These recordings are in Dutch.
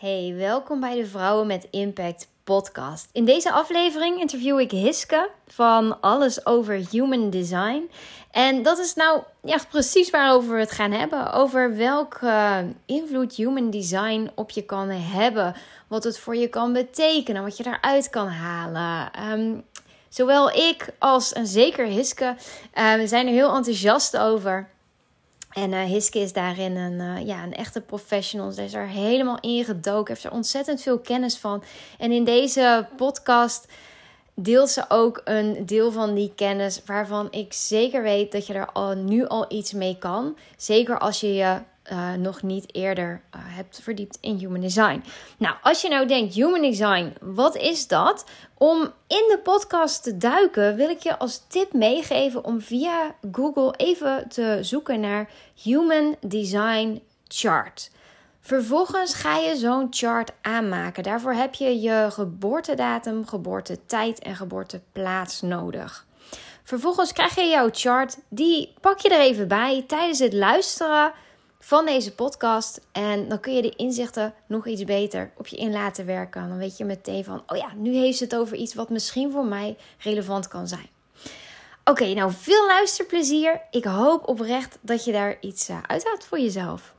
Hey, welkom bij de Vrouwen met Impact podcast. In deze aflevering interview ik Hiske van Alles over Human Design. En dat is nou echt precies waarover we het gaan hebben. Over welke invloed Human Design op je kan hebben. Wat het voor je kan betekenen. Wat je daaruit kan halen. Zowel ik als en zeker Hiske zijn er heel enthousiast over. En Hiske is daarin een echte professional. Ze is er helemaal ingedoken. Heeft er ontzettend veel kennis van. En in deze podcast deelt ze ook een deel van die kennis waarvan ik zeker weet dat je er nu al iets mee kan. Zeker als je je nog niet eerder hebt verdiept in Human Design. Nou, als je nou denkt, Human Design, wat is dat? Om in de podcast te duiken wil ik je als tip meegeven om via Google even te zoeken naar Human Design Chart. Vervolgens ga je zo'n chart aanmaken. Daarvoor heb je je geboortedatum, geboortetijd en geboorteplaats nodig. Vervolgens krijg je jouw chart. Die pak je er even bij tijdens het luisteren van deze podcast. En dan kun je de inzichten nog iets beter op je in laten werken. Dan weet je meteen van, oh ja, nu heeft ze het over iets wat misschien voor mij relevant kan zijn. Oké, nou veel luisterplezier. Ik hoop oprecht dat je daar iets uithaalt voor jezelf.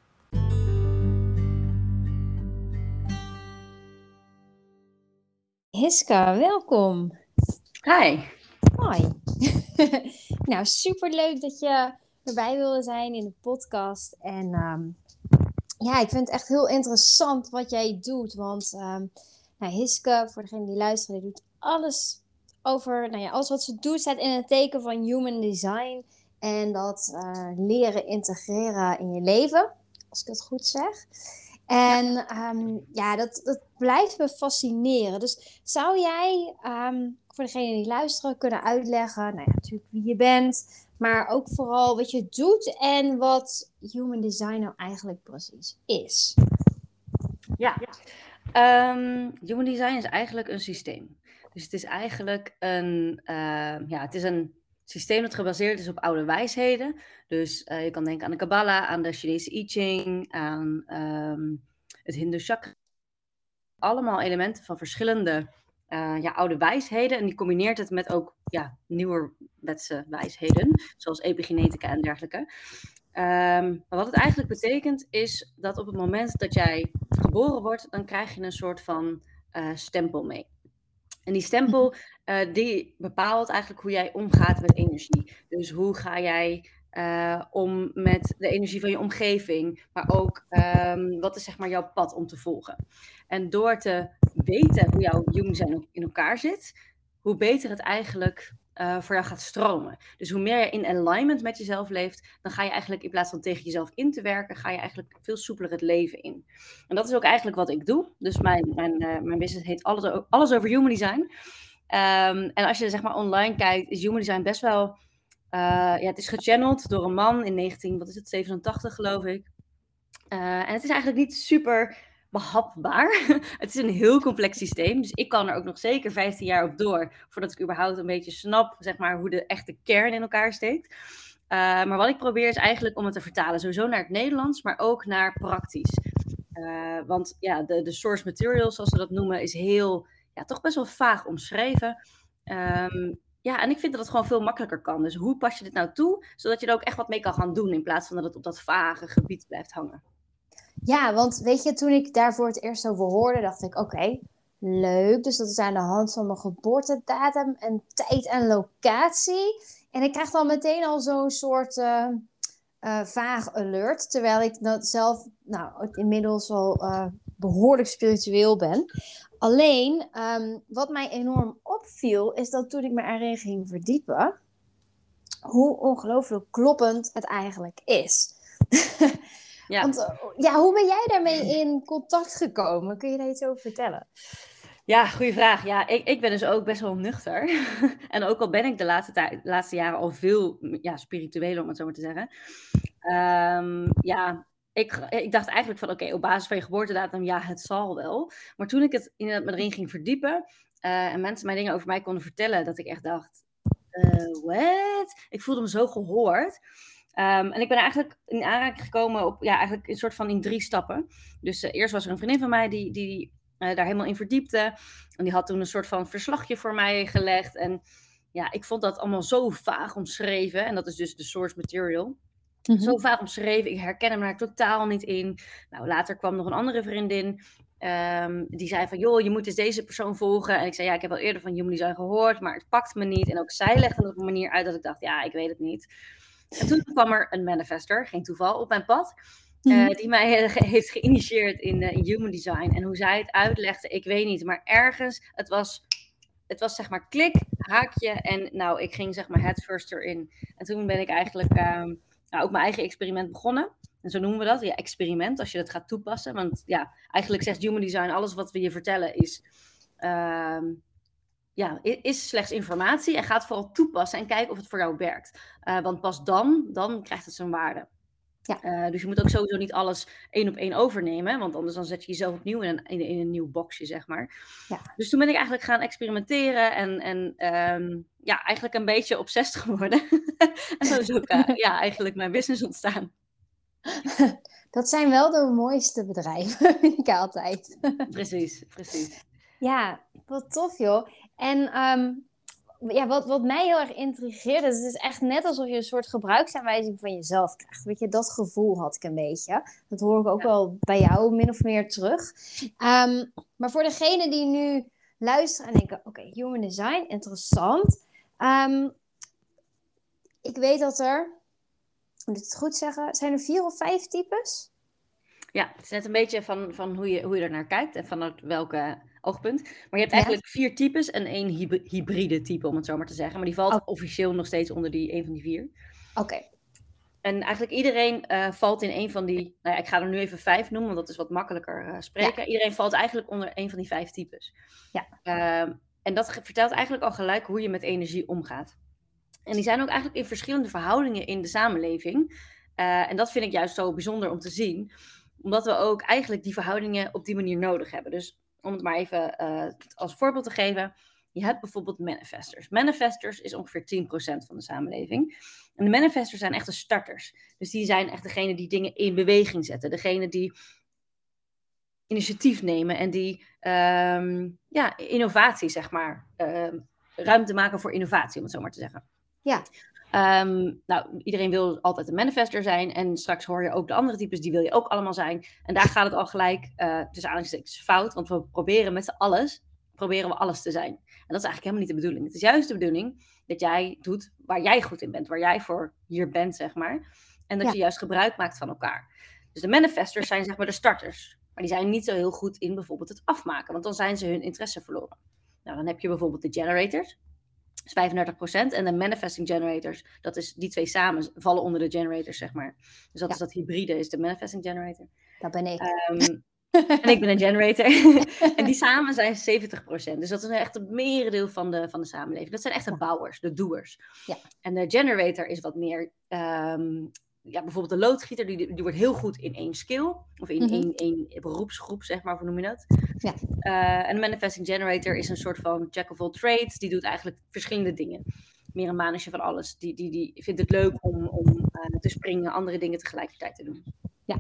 Hiske, welkom. Hi. Hoi. Nou, superleuk dat je erbij wilde zijn in de podcast. En ik vind het echt heel interessant wat jij doet. Want Hiske, voor degene die luisteren, die doet alles over... alles wat ze doet staat in het teken van Human Design. En dat leren integreren in je leven, als ik het goed zeg. En dat blijft me fascineren. Dus zou jij voor degene die luisteren kunnen uitleggen, natuurlijk wie je bent, maar ook vooral wat je doet en wat Human Design nou eigenlijk precies is? Human Design is eigenlijk een systeem. Dus het is eigenlijk het is een systeem dat gebaseerd is op oude wijsheden. Dus je kan denken aan de Kabbalah, aan de Chinese I Ching, aan het Hindoe chakra. Allemaal elementen van verschillende oude wijsheden. En die combineert het met ook nieuwerwetse wijsheden, zoals epigenetica en dergelijke. Maar wat het eigenlijk betekent is dat op het moment dat jij geboren wordt, dan krijg je een soort van stempel mee. En die stempel die bepaalt eigenlijk hoe jij omgaat met energie. Dus hoe ga jij om met de energie van je omgeving, maar ook wat is zeg maar jouw pad om te volgen. En door te weten hoe jouw Human Design in elkaar zit, hoe beter het eigenlijk voor jou gaat stromen. Dus hoe meer je in alignment met jezelf leeft, dan ga je eigenlijk in plaats van tegen jezelf in te werken, ga je eigenlijk veel soepeler het leven in. En dat is ook eigenlijk wat ik doe. Dus mijn business heet Alles over Human Design. En als je zeg maar online kijkt, is Human Design best wel... het is gechanneld door een man in 1987 geloof ik. En het is eigenlijk niet super behapbaar. Het is een heel complex systeem. Dus ik kan er ook nog zeker 15 jaar op door, voordat ik überhaupt een beetje snap, zeg maar, hoe de echte kern in elkaar steekt. Maar wat ik probeer is eigenlijk om het te vertalen, sowieso naar het Nederlands, maar ook naar praktisch. Want de source material, zoals we dat noemen, is heel, toch best wel vaag omschreven. En ik vind dat het gewoon veel makkelijker kan. Dus hoe pas je dit nou toe, zodat je er ook echt wat mee kan gaan doen, in plaats van dat het op dat vage gebied blijft hangen. Ja, want weet je, toen ik daar voor het eerst over hoorde, dacht ik, oké, leuk. Dus dat is aan de hand van mijn geboortedatum en tijd en locatie. En ik krijg dan meteen al zo'n soort vaag alert. Terwijl ik zelf inmiddels al behoorlijk spiritueel ben. Alleen, wat mij enorm opviel, is dat toen ik me erin ging verdiepen, hoe ongelooflijk kloppend het eigenlijk is. Ja. Want hoe ben jij daarmee in contact gekomen? Kun je daar iets over vertellen? Ja, goede vraag. Ja, ik ben dus ook best wel nuchter. En ook al ben ik de laatste jaren al veel spiritueler, om het zo maar te zeggen. Ik dacht eigenlijk van oké, op basis van je geboortedatum, het zal wel. Maar toen ik het me erin ging verdiepen en mensen mij dingen over mij konden vertellen, dat ik echt dacht, what? Ik voelde me zo gehoord. En ik ben eigenlijk in aanraking gekomen op, eigenlijk een soort van in 3 stappen. Dus eerst was er een vriendin van mij die daar helemaal in verdiepte. En die had toen een soort van verslagje voor mij gelegd. En ja, ik vond dat allemaal zo vaag omschreven. En dat is dus de source material. Zo vaag omschreven, ik herken hem daar totaal niet in. Nou, later kwam nog een andere vriendin. Die zei van, joh, je moet eens deze persoon volgen. En ik zei, ja, ik heb al eerder van Human Design gehoord, maar het pakt me niet. En ook zij legde het op een manier uit dat ik dacht, ja, ik weet het niet. En toen kwam er een manifester, geen toeval, op mijn pad. Die mij heeft geïnitieerd in Human Design. En hoe zij het uitlegde, ik weet niet. Maar ergens, het was zeg maar klik, haakje. En nou, ik ging zeg maar head first erin. En toen ben ik eigenlijk ook mijn eigen experiment begonnen. En zo noemen we dat, ja, experiment, als je dat gaat toepassen. Want ja, eigenlijk zegt Human Design, alles wat we je vertellen is slechts informatie. En ga het vooral toepassen en kijken of het voor jou werkt. Want pas dan krijgt het zijn waarde. Ja. Dus je moet ook sowieso niet alles 1 op 1 overnemen. Want anders dan zet je jezelf opnieuw in een nieuw boxje, zeg maar. Ja. Dus toen ben ik eigenlijk gaan experimenteren. En eigenlijk een beetje obsessed geworden. En zo is ook eigenlijk mijn business ontstaan. Dat zijn wel de mooiste bedrijven, vind ik altijd. Precies. Ja, wat tof joh. En wat mij heel erg intrigeert, is het is echt net alsof je een soort gebruiksaanwijzing van jezelf krijgt. Weet je, dat gevoel had ik een beetje. Dat hoor ik ook wel bij jou min of meer terug. Maar voor degenen die nu luisteren en denken, oké, Human Design, interessant. Ik weet dat moet ik het goed zeggen, zijn er 4 of 5 types? Ja, het is net een beetje van hoe je er naar kijkt en vanuit welke oogpunt. Maar je hebt eigenlijk 4 types en 1 hybride type, om het zo maar te zeggen. Maar die valt officieel nog steeds onder een van die 4. Oké. En eigenlijk iedereen valt in een van die... Nou ja, ik ga er nu even 5 noemen, want dat is wat makkelijker spreken. Ja. Iedereen valt eigenlijk onder een van die 5 types. Ja. En dat vertelt eigenlijk al gelijk hoe je met energie omgaat. En die zijn ook eigenlijk in verschillende verhoudingen in de samenleving. En dat vind ik juist zo bijzonder om te zien. Omdat we ook eigenlijk die verhoudingen op die manier nodig hebben. Dus om het maar even als voorbeeld te geven. Je hebt bijvoorbeeld manifestors. Manifestors is ongeveer 10% van de samenleving. En de manifestors zijn echt de starters. Dus die zijn echt degene die dingen in beweging zetten. Degene die initiatief nemen en die innovatie, zeg maar. Ruimte maken voor innovatie, om het zo maar te zeggen. Ja. Iedereen wil altijd een manifester zijn. En straks hoor je ook de andere types, die wil je ook allemaal zijn. En daar gaat het al gelijk tussen aanhalingstekens fout. Want we proberen met z'n allen alles te zijn. En dat is eigenlijk helemaal niet de bedoeling. Het is juist de bedoeling dat jij doet waar jij goed in bent. Waar jij voor hier bent, zeg maar. En dat je juist gebruik maakt van elkaar. Dus de manifestors zijn zeg maar de starters. Maar die zijn niet zo heel goed in bijvoorbeeld het afmaken. Want dan zijn ze hun interesse verloren. Nou, dan heb je bijvoorbeeld de generators. Dat is 35%. En de manifesting generators, dat is die 2 samen, vallen onder de generators, zeg maar. Dus dat is dat hybride, is de manifesting generator. Dat ben ik. En ik ben een generator. En die samen zijn 70%. Dus dat is echt het merendeel van de samenleving. Dat zijn echt de bouwers, de doers. Ja. En de generator is wat meer... bijvoorbeeld de loodgieter, die wordt heel goed in 1 skill. Of in één beroepsgroep, zeg maar, hoe noem je dat? Ja. En de manifesting generator is een soort van jack of all trades. Die doet eigenlijk verschillende dingen. Meer een manetje van alles. Die vindt het leuk om te springen, andere dingen tegelijkertijd te doen. Ja.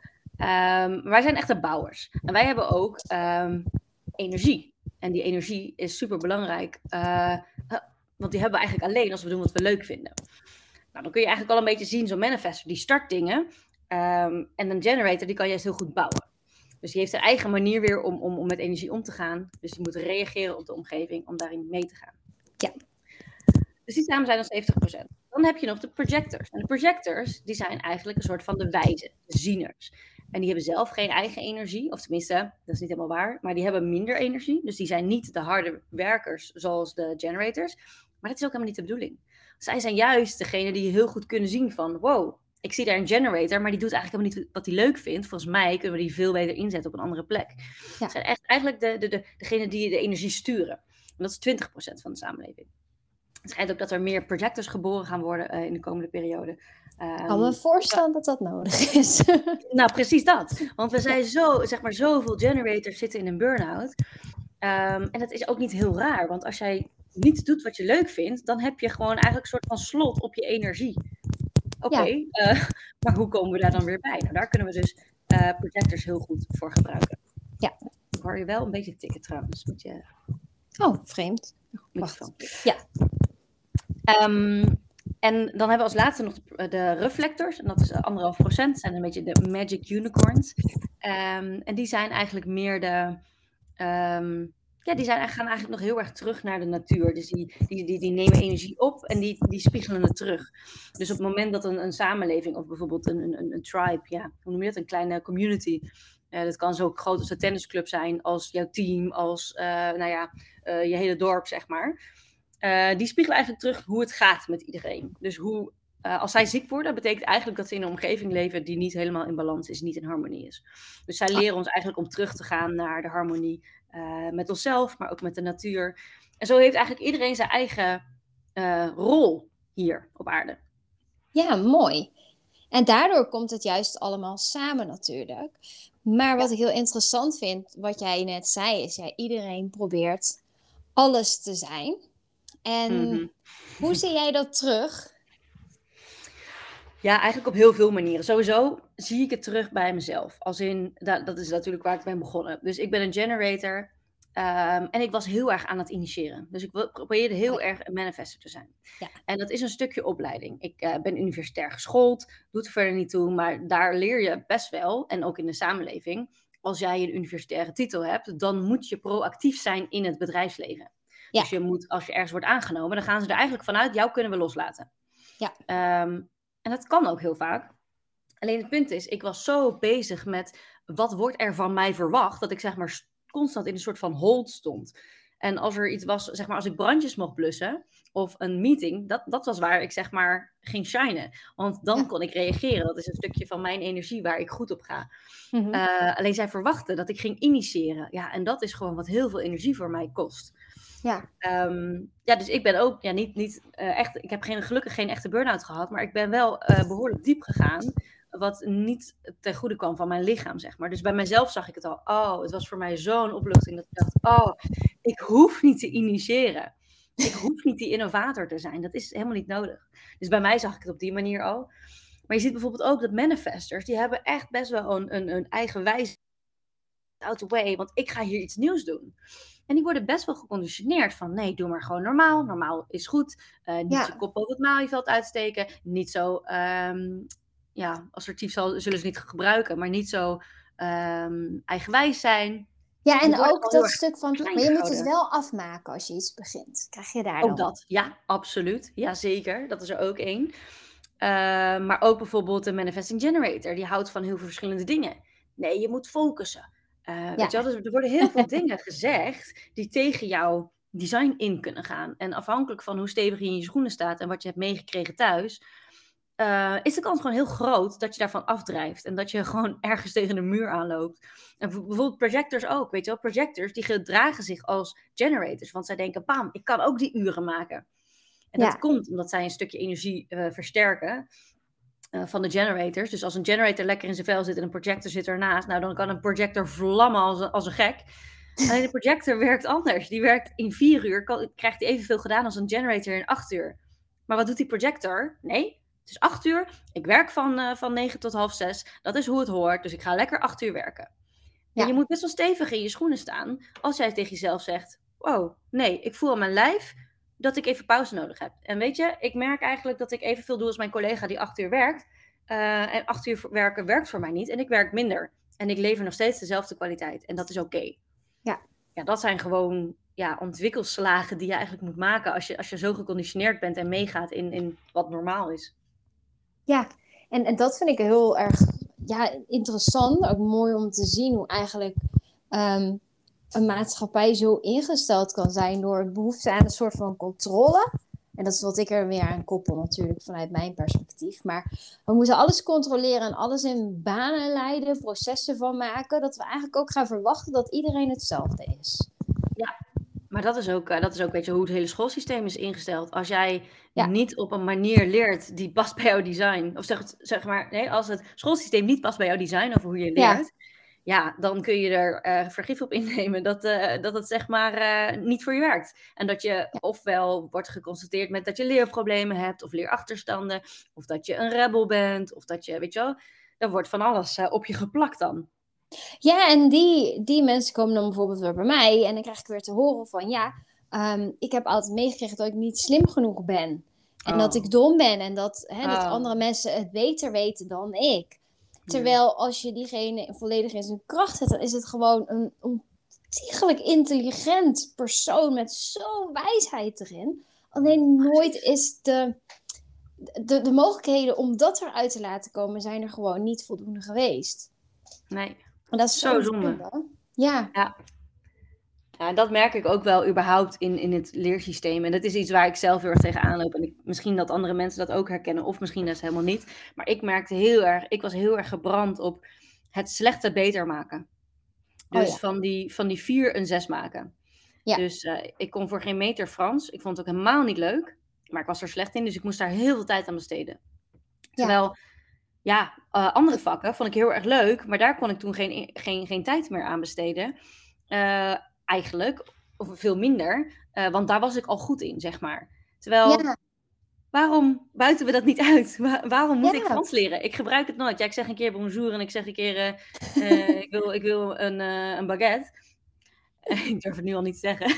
Wij zijn echte bouwers. En wij hebben ook energie. En die energie is super belangrijk. Want die hebben we eigenlijk alleen als we doen wat we leuk vinden. Nou, dan kun je eigenlijk al een beetje zien, zo'n manifester, die start dingen. En een generator, die kan juist heel goed bouwen. Dus die heeft zijn eigen manier weer om met energie om te gaan. Dus die moet reageren op de omgeving om daarin mee te gaan. Ja. Dus die samen zijn dan 70%. Dan heb je nog de projectors. En de projectors, die zijn eigenlijk een soort van de wijzen, de zieners. En die hebben zelf geen eigen energie. Of tenminste, dat is niet helemaal waar. Maar die hebben minder energie. Dus die zijn niet de harde werkers zoals de generators. Maar dat is ook helemaal niet de bedoeling. Zij zijn juist degene die heel goed kunnen zien van... wow, ik zie daar een generator, maar die doet eigenlijk helemaal niet wat hij leuk vindt. Volgens mij kunnen we die veel beter inzetten op een andere plek. Ja. Het zijn echt eigenlijk degene die de energie sturen. En dat is 20% van de samenleving. Het schijnt ook dat er meer projectors geboren gaan worden in de komende periode. Ik kan me voorstellen dat dat nodig is. Nou, precies dat. Want we zijn zoveel generators zitten in een burn-out. En dat is ook niet heel raar. Want als jij niet doet wat je leuk vindt, dan heb je gewoon eigenlijk een soort van slot op je energie. Oké, maar hoe komen we daar dan weer bij? Nou, daar kunnen we dus projectors heel goed voor gebruiken. Ja. Ik hoor je wel een beetje tikken trouwens. Moet je... Oh, vreemd. Wacht. Ja. En dan hebben we als laatste nog de reflectors. En dat is 1,5%. Zijn een beetje de magic unicorns. En die zijn eigenlijk meer de... gaan eigenlijk nog heel erg terug naar de natuur. Dus die nemen energie op en die spiegelen het terug. Dus op het moment dat een samenleving of bijvoorbeeld een tribe, ja, hoe noem je dat? Een kleine community. Dat kan zo groot als een tennisclub zijn, als jouw team, als je hele dorp, zeg maar. Die spiegelen eigenlijk terug hoe het gaat met iedereen. Dus als zij ziek worden, betekent eigenlijk dat ze in een omgeving leven die niet helemaal in balans is, niet in harmonie is. Dus zij leren ons eigenlijk om terug te gaan naar de harmonie met onszelf, maar ook met de natuur. En zo heeft eigenlijk iedereen zijn eigen rol hier op aarde. Ja, mooi. En daardoor komt het juist allemaal samen natuurlijk. Maar wat ik heel interessant vind, wat jij net zei, is iedereen probeert alles te zijn. En hoe zie jij dat terug? Ja, eigenlijk op heel veel manieren. Sowieso zie ik het terug bij mezelf. Als in, dat is natuurlijk waar ik ben begonnen. Dus ik ben een generator. En ik was heel erg aan het initiëren. Dus ik probeerde heel erg een manifester te zijn. Ja. En dat is een stukje opleiding. Ik ben universitair geschoold. Doet er verder niet toe. Maar daar leer je best wel. En ook in de samenleving. Als jij een universitaire titel hebt. Dan moet je proactief zijn in het bedrijfsleven. Ja. Dus je moet, als je ergens wordt aangenomen. Dan gaan ze er eigenlijk vanuit. Jou kunnen we loslaten. Ja. En dat kan ook heel vaak. Alleen het punt is, ik was zo bezig met wat wordt er van mij verwacht, dat ik zeg maar constant in een soort van hold stond. En als er iets was, zeg maar als ik brandjes mocht blussen of een meeting, dat was waar ik zeg maar ging shinen. Want dan kon ik reageren. Dat is een stukje van mijn energie waar ik goed op ga. Mm-hmm. Alleen zij verwachten dat ik ging initiëren. Ja, en dat is gewoon wat heel veel energie voor mij kost. Ja. Dus ik ben ook niet echt. Ik heb gelukkig geen echte burn-out gehad, maar ik ben wel behoorlijk diep gegaan. Wat niet ten goede kwam van mijn lichaam, zeg maar. Dus bij mezelf zag ik het al. Oh, het was voor mij zo'n opluchting dat ik dacht, ik hoef niet te initiëren. Ik hoef niet die innovator te zijn. Dat is helemaal niet nodig. Dus bij mij zag ik het op die manier al. Maar je ziet bijvoorbeeld ook dat manifestors, die hebben echt best wel een eigen wijze. Out the way, want ik ga hier iets nieuws doen. En die worden best wel geconditioneerd van nee, doe maar gewoon normaal. Normaal is goed. Niet je kop boven het malieveld uitsteken. Niet zo assertief zullen ze niet gebruiken, maar niet zo eigenwijs zijn. Ja, en ook dat stuk van, maar je moet het wel afmaken als je iets begint. Krijg je daar ook dat, ja, absoluut. Ja, zeker. Dat is er ook één. Maar ook bijvoorbeeld de Manifesting Generator. Die houdt van heel veel verschillende dingen. Nee, je moet focussen. Weet je wel? Dus er worden heel veel dingen gezegd die tegen jouw design in kunnen gaan. En afhankelijk van hoe stevig je in je schoenen staat en wat je hebt meegekregen thuis, is de kans gewoon heel groot dat je daarvan afdrijft. En dat je gewoon ergens tegen de muur aanloopt. En bijvoorbeeld projectors ook, weet je wel. Projectors die gedragen zich als generators. Want zij denken, bam, ik kan ook die uren maken. En dat komt omdat zij een stukje energie versterken van de generators. Dus als een generator lekker in zijn vel zit en een projector zit ernaast, nou dan kan een projector vlammen als een gek. Alleen de projector werkt anders. Die werkt in 4 uur, krijgt hij evenveel gedaan als een generator in 8 uur. Maar wat doet die projector? Nee, het is 8 uur. Ik werk van 9 tot 5:30. Dat is hoe het hoort. Dus ik ga lekker 8 uur werken. Ja. En je moet best wel stevig in je schoenen staan als jij tegen jezelf zegt, wow, nee, ik voel aan mijn lijf dat ik even pauze nodig heb. En weet je, ik merk eigenlijk dat ik evenveel doe als mijn collega die 8 uur werkt. En 8 uur werken werkt voor mij niet. En ik werk minder. En ik lever nog steeds dezelfde kwaliteit. En dat is oké. Ja, dat zijn gewoon ontwikkelslagen die je eigenlijk moet maken als je zo geconditioneerd bent en meegaat in wat normaal is. Ja, en dat vind ik heel erg interessant. Ook mooi om te zien hoe eigenlijk een maatschappij zo ingesteld kan zijn door het behoefte aan een soort van controle. En dat is wat ik er weer aan koppel natuurlijk vanuit mijn perspectief. Maar we moeten alles controleren en alles in banen leiden, processen van maken. Dat we eigenlijk ook gaan verwachten dat iedereen hetzelfde is. Ja, maar dat is ook weet je, hoe het hele schoolsysteem is ingesteld. Als jij niet op een manier leert die past bij jouw design. Of zeg maar, nee, als het schoolsysteem niet past bij jouw design over hoe je leert. ja, dan kun je er vergif op innemen dat het zeg maar niet voor je werkt. En dat je ofwel wordt geconstateerd met dat je leerproblemen hebt, of leerachterstanden, of dat je een rebel bent, of dat je, weet je wel, er wordt van alles op je geplakt dan. Ja, en die mensen komen dan bijvoorbeeld weer bij mij en dan krijg ik weer te horen van ik heb altijd meegekregen dat ik niet slim genoeg ben. En dat ik dom ben en dat andere mensen het beter weten dan ik. Terwijl als je diegene volledig in zijn kracht zet, dan is het gewoon een ontiegelijk intelligent persoon met zo'n wijsheid erin. Alleen nooit is de mogelijkheden om dat eruit te laten komen, zijn er gewoon niet voldoende geweest. Nee. En dat is zo zonde. Ja. Ja, dat merk ik ook wel überhaupt in het leersysteem. En dat is iets waar ik zelf heel erg tegenaan loop. En misschien dat andere mensen dat ook herkennen, of misschien dus helemaal niet. Maar ik merkte ik was heel erg gebrand op het slechte beter maken. Dus van die 4 een 6 maken. Ja. Dus ik kon voor geen meter Frans. Ik vond het ook helemaal niet leuk. Maar ik was er slecht in, dus ik moest daar heel veel tijd aan besteden. Terwijl, andere vakken vond ik heel erg leuk. Maar daar kon ik toen geen tijd meer aan besteden. Eigenlijk, of veel minder. Want daar was ik al goed in, zeg maar. Terwijl, waarom buiten we dat niet uit? Waarom moet ik Frans leren? Ik gebruik het nooit. Ja, ik zeg een keer bonjour en ik zeg een keer... ik wil een baguette. Ik durf het nu al niet te zeggen.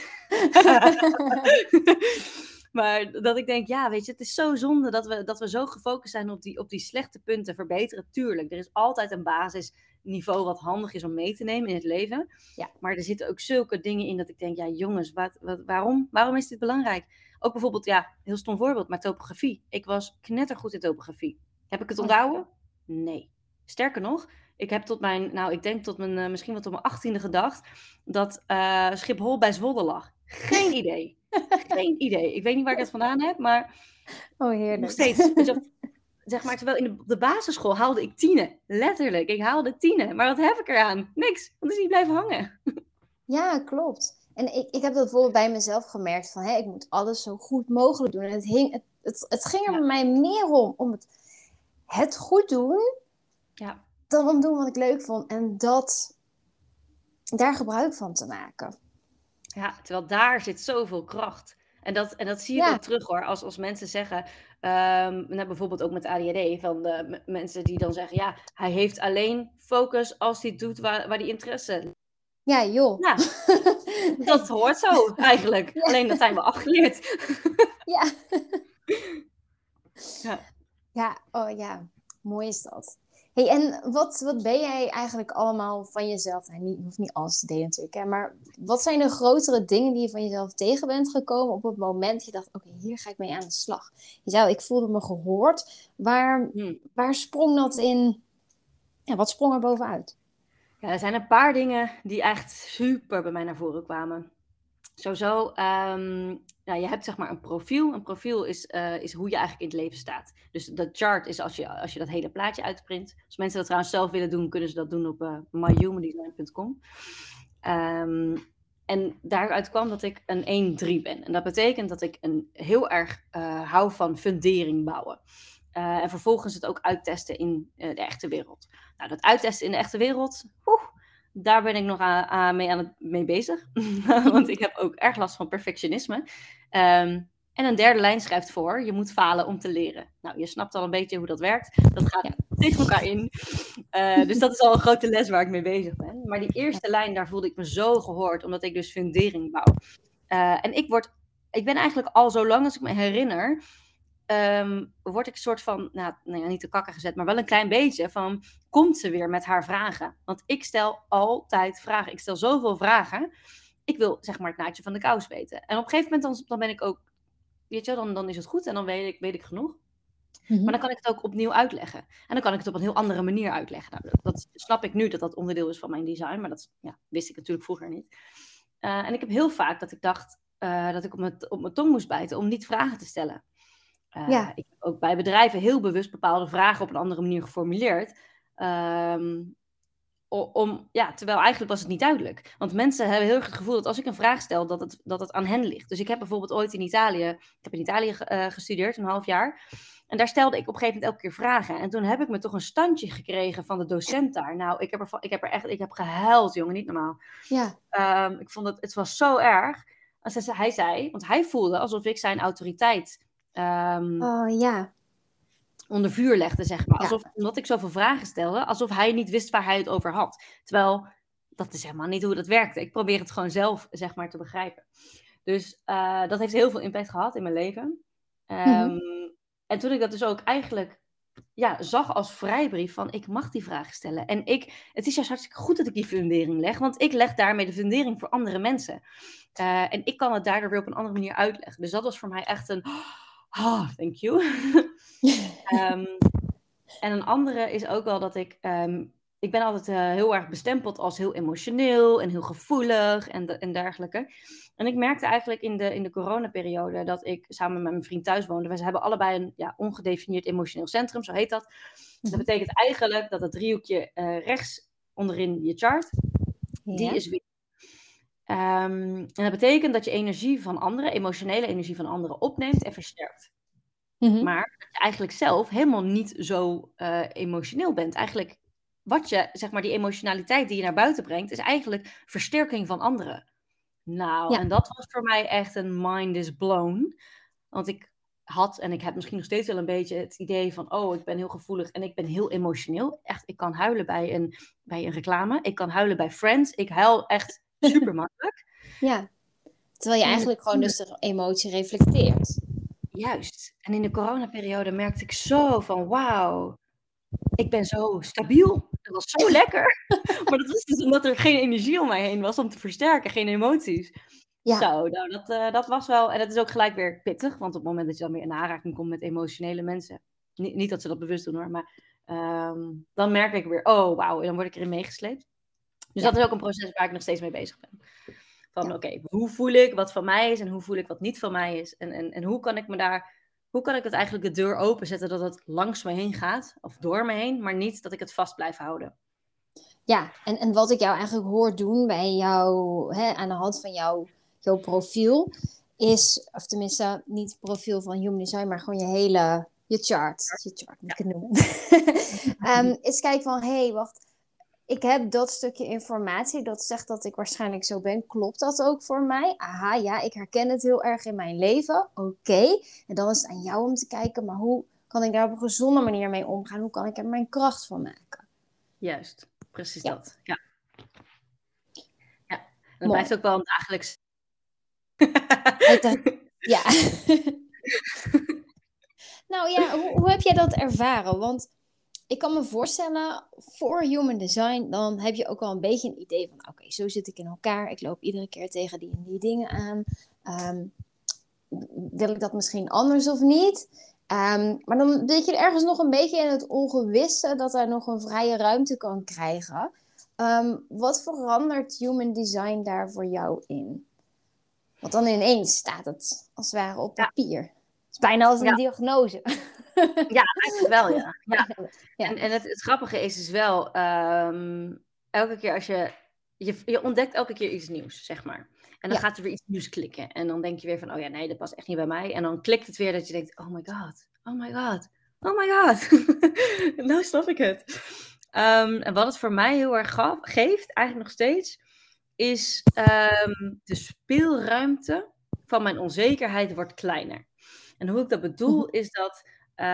Maar dat ik denk, weet je, het is zo zonde dat we zo gefocust zijn op die slechte punten. Verbeteren, tuurlijk. Er is altijd een basisniveau wat handig is om mee te nemen in het leven. Ja. Maar er zitten ook zulke dingen in dat ik denk, jongens, waarom is dit belangrijk? Ook bijvoorbeeld, heel stom voorbeeld, maar topografie. Ik was knettergoed in topografie. Heb ik het onthouden? Nee. Sterker nog, ik heb misschien wel tot mijn 18e gedacht dat Schiphol bij Zwolle lag. Geen idee. Geen idee. Ik weet niet waar ik het vandaan heb, maar heerlijk. Nog steeds. Zeg maar, terwijl op de basisschool haalde ik 10. Letterlijk, ik haalde 10. Maar wat heb ik eraan? Niks, want het is niet blijven hangen. Ja, klopt. En ik heb dat bijvoorbeeld bij mezelf gemerkt van, ik moet alles zo goed mogelijk doen. En het ging er bij mij meer om het goed doen, dan om doen wat ik leuk vond. En daar gebruik van te maken. Ja, terwijl daar zit zoveel kracht. En dat zie ik ook terug hoor. Als mensen zeggen, bijvoorbeeld ook met ADHD, van de mensen die dan zeggen, hij heeft alleen focus als hij doet waar hij interesse. Ja, joh. Ja, dat hoort zo eigenlijk. Ja. Alleen dat zijn we afgeleerd. Ja. Mooi is dat. Hey, en wat ben jij eigenlijk allemaal van jezelf? Je hoeft niet alles te delen natuurlijk, hè, maar wat zijn de grotere dingen die je van jezelf tegen bent gekomen op het moment dat je dacht, oké, hier ga ik mee aan de slag? Ik voelde me gehoord. Waar sprong dat in? Ja, wat sprong er bovenuit? Ja, er zijn een paar dingen die echt super bij mij naar voren kwamen. Sowieso, je hebt zeg maar een profiel. Een profiel is hoe je eigenlijk in het leven staat. Dus de chart is als je dat hele plaatje uitprint. Als mensen dat trouwens zelf willen doen, kunnen ze dat doen op myhumandesign.com. En daaruit kwam dat ik een 1-3 ben. En dat betekent dat ik heel erg hou van fundering bouwen. En vervolgens het ook uittesten in de echte wereld. Nou, dat uittesten in de echte wereld, daar ben ik nog mee bezig. Want ik heb ook erg last van perfectionisme. En een derde lijn schrijft voor, je moet falen om te leren. Nou, je snapt al een beetje hoe dat werkt. Dat gaat tegen elkaar in. Dus dat is al een grote les waar ik mee bezig ben. Maar die eerste lijn, daar voelde ik me zo gehoord, omdat ik dus fundering bouw. En ik ben eigenlijk al zo lang als ik me herinner, word ik een soort van, niet te kakken gezet, maar wel een klein beetje van, komt ze weer met haar vragen? Want ik stel altijd vragen. Ik stel zoveel vragen. Ik wil zeg maar het naadje van de kous weten. En op een gegeven moment dan ben ik ook, weet je wel, dan is het goed en dan weet ik genoeg. Mm-hmm. Maar dan kan ik het ook opnieuw uitleggen. En dan kan ik het op een heel andere manier uitleggen. Nou, dat snap ik nu dat onderdeel is van mijn design, maar dat wist ik natuurlijk vroeger niet. En ik heb heel vaak dat ik dacht dat ik op mijn tong moest bijten om niet vragen te stellen. Ik heb ook bij bedrijven heel bewust bepaalde vragen op een andere manier geformuleerd. terwijl eigenlijk was het niet duidelijk. Want mensen hebben heel erg het gevoel dat als ik een vraag stel, dat het aan hen ligt. Dus ik heb bijvoorbeeld ooit in Italië gestudeerd, een half jaar. En daar stelde ik op een gegeven moment elke keer vragen. En toen heb ik me toch een standje gekregen van de docent daar. Nou, ik heb gehuild, jongen, niet normaal. Ja. Ik vond het was zo erg. Hij zei, want hij voelde alsof ik zijn autoriteit onder vuur legde, zeg maar. Omdat ik zoveel vragen stelde, alsof hij niet wist waar hij het over had. Terwijl, dat is helemaal niet hoe dat werkte. Ik probeer het gewoon zelf, zeg maar, te begrijpen. Dus dat heeft heel veel impact gehad in mijn leven. En toen ik dat dus ook eigenlijk zag als vrijbrief van ik mag die vragen stellen. En het is juist hartstikke goed dat ik die fundering leg, want ik leg daarmee de fundering voor andere mensen. En ik kan het daardoor weer op een andere manier uitleggen. Dus dat was voor mij echt een thank you. En een andere is ook wel dat ik ben altijd heel erg bestempeld als heel emotioneel en heel gevoelig en dergelijke. En ik merkte eigenlijk in de coronaperiode dat ik samen met mijn vriend thuis woonde. We hebben allebei een ongedefinieerd emotioneel centrum, zo heet dat. Dat betekent eigenlijk dat het driehoekje rechts onderin je chart, die is wit. En dat betekent dat je energie van anderen, emotionele energie van anderen opneemt en versterkt. Maar dat je eigenlijk zelf helemaal niet zo emotioneel bent. Eigenlijk zeg maar, die emotionaliteit die je naar buiten brengt, is eigenlijk versterking van anderen. Nou, en dat was voor mij echt een mind is blown. Want ik had, en ik heb misschien nog steeds wel een beetje het idee van, ik ben heel gevoelig en ik ben heel emotioneel. Echt, ik kan huilen bij een reclame. Ik kan huilen bij Friends. Ik huil echt super makkelijk. Ja, terwijl je eigenlijk gewoon dus de emotie reflecteert. Juist. En in de coronaperiode merkte ik zo van, wauw, ik ben zo stabiel. Dat was zo lekker. Maar dat was dus omdat er geen energie om mij heen was om te versterken, geen emoties. Ja. Zo, nou, dat was wel... En dat is ook gelijk weer pittig, want op het moment dat je dan weer in aanraking komt met emotionele mensen, niet dat ze dat bewust doen hoor, maar dan merk ik weer, wauw, en dan word ik erin meegesleept. Dus dat is ook een proces waar ik nog steeds mee bezig ben. Van oké, hoe voel ik wat van mij is en hoe voel ik wat niet van mij is? En hoe kan ik het eigenlijk de deur openzetten dat het langs me heen gaat, of door me heen, maar niet dat ik het vast blijf houden. Ja, en wat ik jou eigenlijk hoor doen bij jou, aan de hand van jouw profiel, is, of tenminste niet het profiel van Human Design, maar gewoon je chart moet ik het noemen. Is kijken van, wacht, ik heb dat stukje informatie dat zegt dat ik waarschijnlijk zo ben. Klopt dat ook voor mij? Aha, ja, ik herken het heel erg in mijn leven. Oké. En dan is het aan jou om te kijken, maar hoe kan ik daar op een gezonde manier mee omgaan? Hoe kan ik er mijn kracht van maken? Juist, precies dat. Ja. En dat blijft ook wel een dagelijks... Ja. Nou ja, hoe heb jij dat ervaren? Want ik kan me voorstellen, voor Human Design, dan heb je ook wel een beetje een idee van, oké, zo zit ik in elkaar. Ik loop iedere keer tegen die en die dingen aan. Wil ik dat misschien anders of niet? Maar dan zit je ergens nog een beetje in het ongewisse dat er nog een vrije ruimte kan krijgen. Wat verandert Human Design daar voor jou in? Want dan ineens staat het als het ware op papier. Het is bijna als een diagnose. Ja, eigenlijk wel, ja. En het grappige is dus wel, elke keer als je ontdekt elke keer iets nieuws, zeg maar. En dan gaat er weer iets nieuws klikken. En dan denk je weer van, nee, dat past echt niet bij mij. En dan klikt het weer dat je denkt, oh my god, oh my god, oh my god. Nou snap ik het. En wat het voor mij heel erg geeft, eigenlijk nog steeds, is de speelruimte van mijn onzekerheid wordt kleiner. En hoe ik dat bedoel, is dat...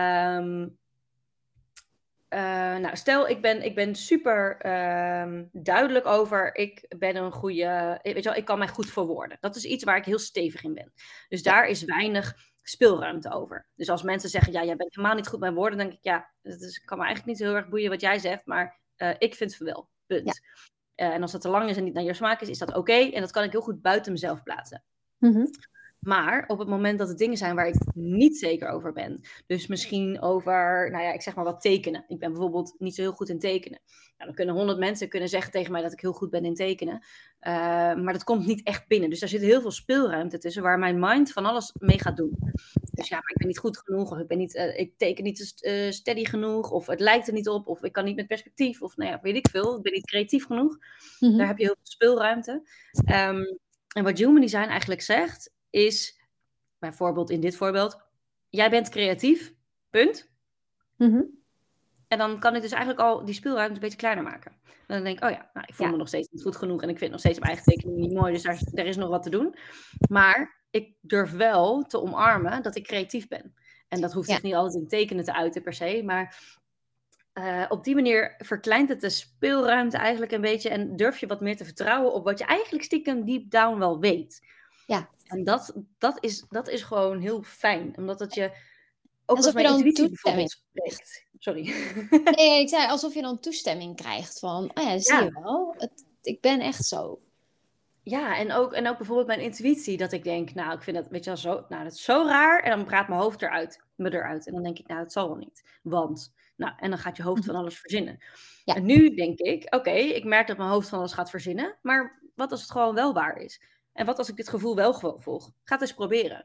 stel, ik ben super duidelijk over, ik ben een goede, weet je wel, ik kan mij goed verwoorden. Dat is iets waar ik heel stevig in ben. Dus daar is weinig speelruimte over. Dus als mensen zeggen, jij bent helemaal niet goed met woorden, dan denk ik, het kan me eigenlijk niet zo heel erg boeien wat jij zegt, maar ik vind het wel, punt. En als dat te lang is en niet naar je smaak is dat oké. En dat kan ik heel goed buiten mezelf plaatsen. Maar op het moment dat het dingen zijn waar ik niet zeker over ben. Dus misschien over, nou ja, ik zeg maar wat tekenen. Ik ben bijvoorbeeld niet zo heel goed in tekenen. Nou, dan kunnen 100 mensen zeggen tegen mij dat ik heel goed ben in tekenen. Maar dat komt niet echt binnen. Dus daar zit heel veel speelruimte tussen waar mijn mind van alles mee gaat doen. Dus ja, maar ik ben niet goed genoeg. Of ik teken niet steady genoeg. Of het lijkt er niet op. Of ik kan niet met perspectief. Of nou ja, weet ik veel. Ik ben niet creatief genoeg. Mhm. Daar heb je heel veel speelruimte. En wat Human Design eigenlijk zegt, is bijvoorbeeld in dit voorbeeld, jij bent creatief, punt. Mhm. En dan kan ik dus eigenlijk al die speelruimte een beetje kleiner maken. En dan denk ik, oh ja, nou, ik voel me nog steeds niet goed genoeg en ik vind nog steeds mijn eigen tekening niet mooi, dus daar is nog wat te doen. Maar ik durf wel te omarmen dat ik creatief ben. En dat hoeft zich niet altijd in tekenen te uiten per se, maar op die manier verkleint het de speelruimte eigenlijk een beetje en durf je wat meer te vertrouwen op wat je eigenlijk stiekem deep down wel weet. Ja. En dat is gewoon heel fijn, omdat het je ook Alsof als mijn je dan intuïtie bijvoorbeeld spreekt. Sorry. Nee, ik zei alsof je dan toestemming krijgt van, oh ja, zie je wel, ik ben echt zo. Ja, en ook bijvoorbeeld mijn intuïtie, dat ik denk, nou, ik vind dat, weet je wel, zo, nou, dat is zo raar. En dan praat mijn hoofd me eruit. En dan denk ik, nou, het zal wel niet. Want, nou, en dan gaat je hoofd van alles verzinnen. Ja. En nu denk ik, oké, ik merk dat mijn hoofd van alles gaat verzinnen. Maar wat als het gewoon wel waar is? En wat als ik dit gevoel wel gewoon volg? Ga het eens proberen.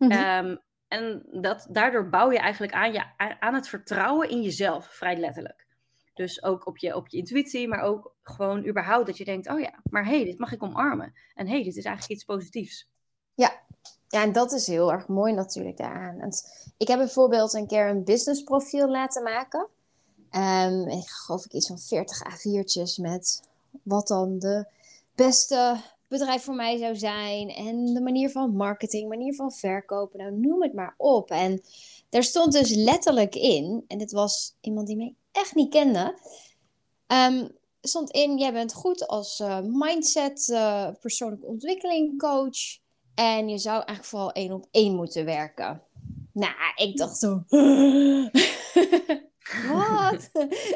En daardoor bouw je eigenlijk aan het vertrouwen in jezelf, vrij letterlijk. Dus ook op je intuïtie, maar ook gewoon überhaupt dat je denkt, oh ja, maar hey, dit mag ik omarmen. En hey, dit is eigenlijk iets positiefs. Ja, en dat is heel erg mooi natuurlijk daaraan. En ik heb bijvoorbeeld een keer een business profiel laten maken. Ik geloof ik iets van 40 A4'tjes met wat dan de beste bedrijf voor mij zou zijn. En de manier van marketing, manier van verkopen. Nou, noem het maar op. En daar stond dus letterlijk in, en dit was iemand die mij echt niet kende. Stond in, jij bent goed als mindset, persoonlijke ontwikkeling coach. En je zou eigenlijk vooral 1-op-1 moeten werken. Nou, ik dacht zo... Wat?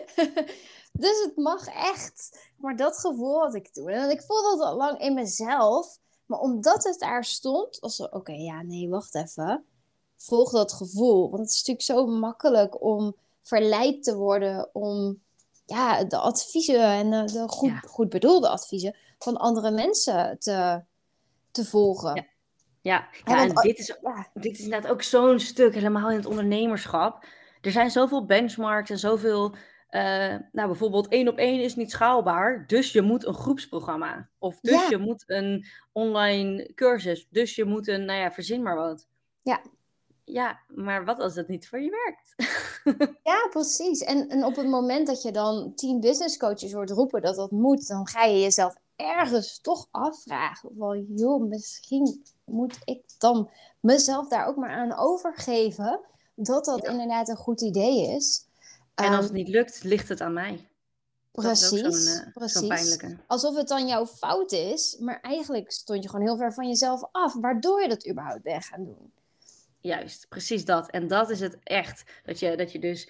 Dus het mag echt. Maar dat gevoel had ik toen. En ik voelde dat al lang in mezelf. Maar omdat het daar stond, was zo, oké, ja, nee, wacht even. Volg dat gevoel. Want het is natuurlijk zo makkelijk om verleid te worden om ja, de adviezen en de goed bedoelde adviezen van andere mensen te volgen. Ja, en dit is inderdaad ook zo'n stuk, helemaal in het ondernemerschap. Er zijn zoveel benchmarks en zoveel... nou, bijvoorbeeld 1-op-1 is niet schaalbaar, dus je moet een groepsprogramma. Of dus je moet een online cursus. Dus je moet nou ja, verzin maar wat. Ja, maar wat als dat niet voor je werkt? Ja, precies. En op het moment dat je dan 10 business coaches hoort roepen dat dat moet, dan ga je jezelf ergens toch afvragen. Van, joh, misschien moet ik dan mezelf daar ook maar aan overgeven dat inderdaad een goed idee is. En als het niet lukt, ligt het aan mij. Precies. Zo'n pijnlijke. Alsof het dan jouw fout is, maar eigenlijk stond je gewoon heel ver van jezelf af, waardoor je dat überhaupt bent gaan doen. Juist, precies dat. En dat is het echt. Dat je dus...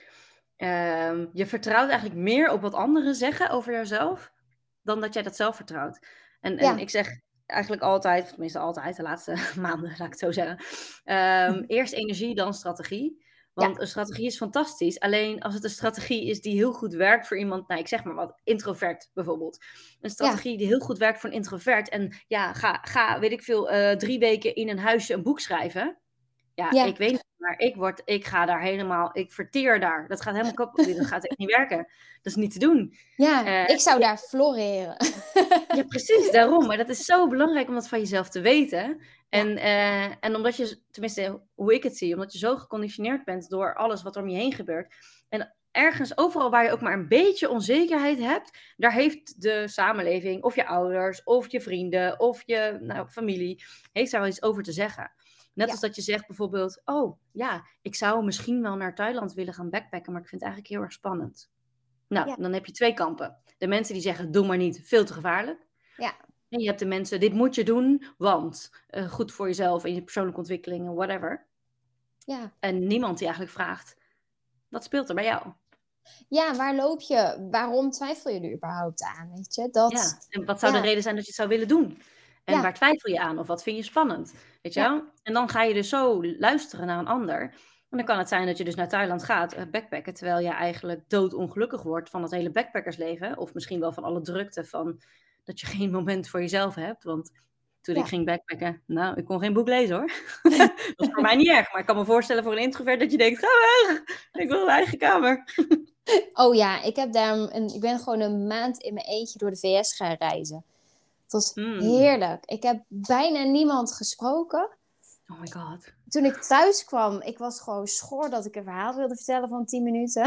je vertrouwt eigenlijk meer op wat anderen zeggen over jezelf, dan dat jij dat zelf vertrouwt. En ik zeg eigenlijk altijd, tenminste altijd, de laatste maanden, laat ik het zo zeggen. Eerst energie, dan strategie. Want een strategie is fantastisch. Alleen als het een strategie is die heel goed werkt voor iemand, nou ik zeg maar wat, introvert bijvoorbeeld. Een strategie die heel goed werkt voor een introvert. En ja, ga weet ik veel, 3 weken in een huisje een boek schrijven. Ja, ik weet niet, maar ik ga daar helemaal, ik verteer daar. Dat gaat helemaal kapot, dat gaat echt niet werken. Dat is niet te doen. Ja, ik zou daar floreren. Ja, precies, daarom. Maar dat is zo belangrijk om dat van jezelf te weten. En omdat je, tenminste hoe ik het zie, omdat je zo geconditioneerd bent door alles wat er om je heen gebeurt. En ergens, overal waar je ook maar een beetje onzekerheid hebt, daar heeft de samenleving, of je ouders, of je vrienden, of je familie, heeft daar wel iets over te zeggen. Net als dat je zegt bijvoorbeeld, oh ja, ik zou misschien wel naar Thailand willen gaan backpacken, maar ik vind het eigenlijk heel erg spannend. Nou, dan heb je 2 kampen. De mensen die zeggen, doe maar niet, veel te gevaarlijk. Ja. En je hebt de mensen, dit moet je doen, want goed voor jezelf en je persoonlijke ontwikkeling en whatever. Ja. En niemand die eigenlijk vraagt, wat speelt er bij jou? Ja, waar loop je? Waarom twijfel je er überhaupt aan? Weet je? En wat zou de reden zijn dat je het zou willen doen? En Ja, waar twijfel je aan? Of wat vind je spannend? Weet je ja, wel? En dan ga je dus zo luisteren naar een ander. En dan kan het zijn dat je dus naar Thailand gaat, backpacken, terwijl je eigenlijk doodongelukkig wordt van het hele backpackersleven. Of misschien wel van alle drukte van dat je geen moment voor jezelf hebt. Want toen ik ja. ging backpacken, nou, ik kon geen boek lezen hoor. Dat was voor mij niet erg, maar ik kan me voorstellen voor een introvert dat je denkt, ga weg, ik wil een eigen kamer. Oh ja, ik ben gewoon een maand in mijn eentje door de VS gaan reizen. Het was Hmm. heerlijk. Ik heb bijna niemand gesproken. Oh my god. Toen ik thuis kwam, ik was gewoon schor dat ik een verhaal wilde vertellen van 10 minuten.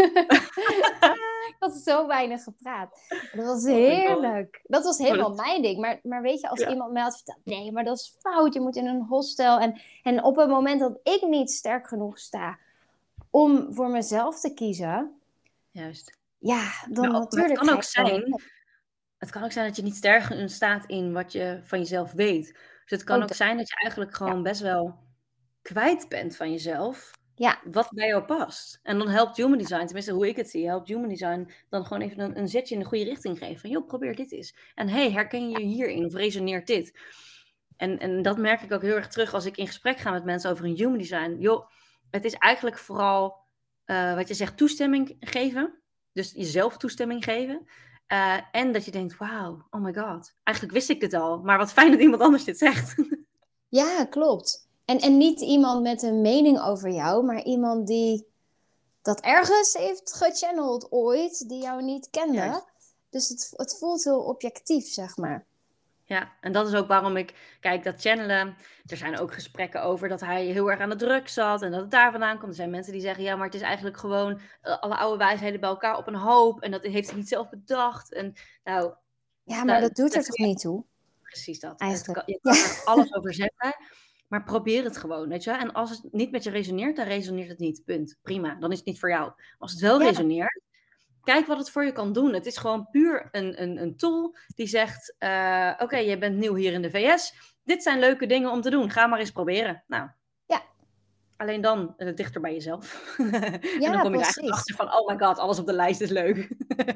Ik had zo weinig gepraat. Dat was Oh my god. heerlijk. Dat was Oh, helemaal mijn ding. Maar weet je, als ja. iemand mij had verteld, nee, maar dat is fout. Je moet in een hostel. En op het moment dat ik niet sterk genoeg sta om voor mezelf te kiezen, Juist. ja, dan Maar het natuurlijk kan ga ook ik gewoon. zijn, dat je niet sterk in staat in wat je van jezelf weet. Dus het kan Ook ook dat. zijn dat je eigenlijk Ja. gewoon best wel kwijt bent van jezelf, Ja, wat bij jou past. En dan helpt Human Design, tenminste hoe ik het zie, helpt Human Design dan gewoon even een zetje in de goede richting geven. Van joh, probeer dit eens. En hey, herken je je hierin of resoneert dit? En dat merk ik ook heel erg terug als ik in gesprek ga met mensen over een Human Design. Joh, het is eigenlijk vooral wat je zegt, toestemming geven. Dus jezelf toestemming geven. En dat je denkt, wauw, oh my god. Eigenlijk wist ik dit al, maar wat fijn dat iemand anders dit zegt. ja, klopt. En niet iemand met een mening over jou, maar iemand die dat ergens heeft gechanneld ooit, die jou niet kende. Juist. Dus het voelt heel objectief, zeg maar. Ja, en dat is ook waarom ik, kijk, dat channelen, er zijn ook gesprekken over dat hij heel erg aan de druk zat en dat het daar vandaan komt. Er zijn mensen die zeggen, ja, maar het is eigenlijk gewoon alle oude wijsheden bij elkaar op een hoop en dat heeft hij niet zelf bedacht. En nou, Ja, maar dat doet daar er kun toch je niet toe, precies dat. eigenlijk. Je Ja, kan er alles over zeggen, maar probeer het gewoon, weet je wel. En als het niet met je resoneert, dan resoneert het niet, punt. Prima, dan is het niet voor jou. Als het wel ja, resoneert, kijk wat het voor je kan doen. Het is gewoon puur een tool die zegt, oké, je bent nieuw hier in de VS. Dit zijn leuke dingen om te doen. Ga maar eens proberen. Nou, ja, alleen dan dichter bij jezelf. En dan ja, kom je er eigenlijk precies. achter van, oh my god, alles op de lijst is leuk.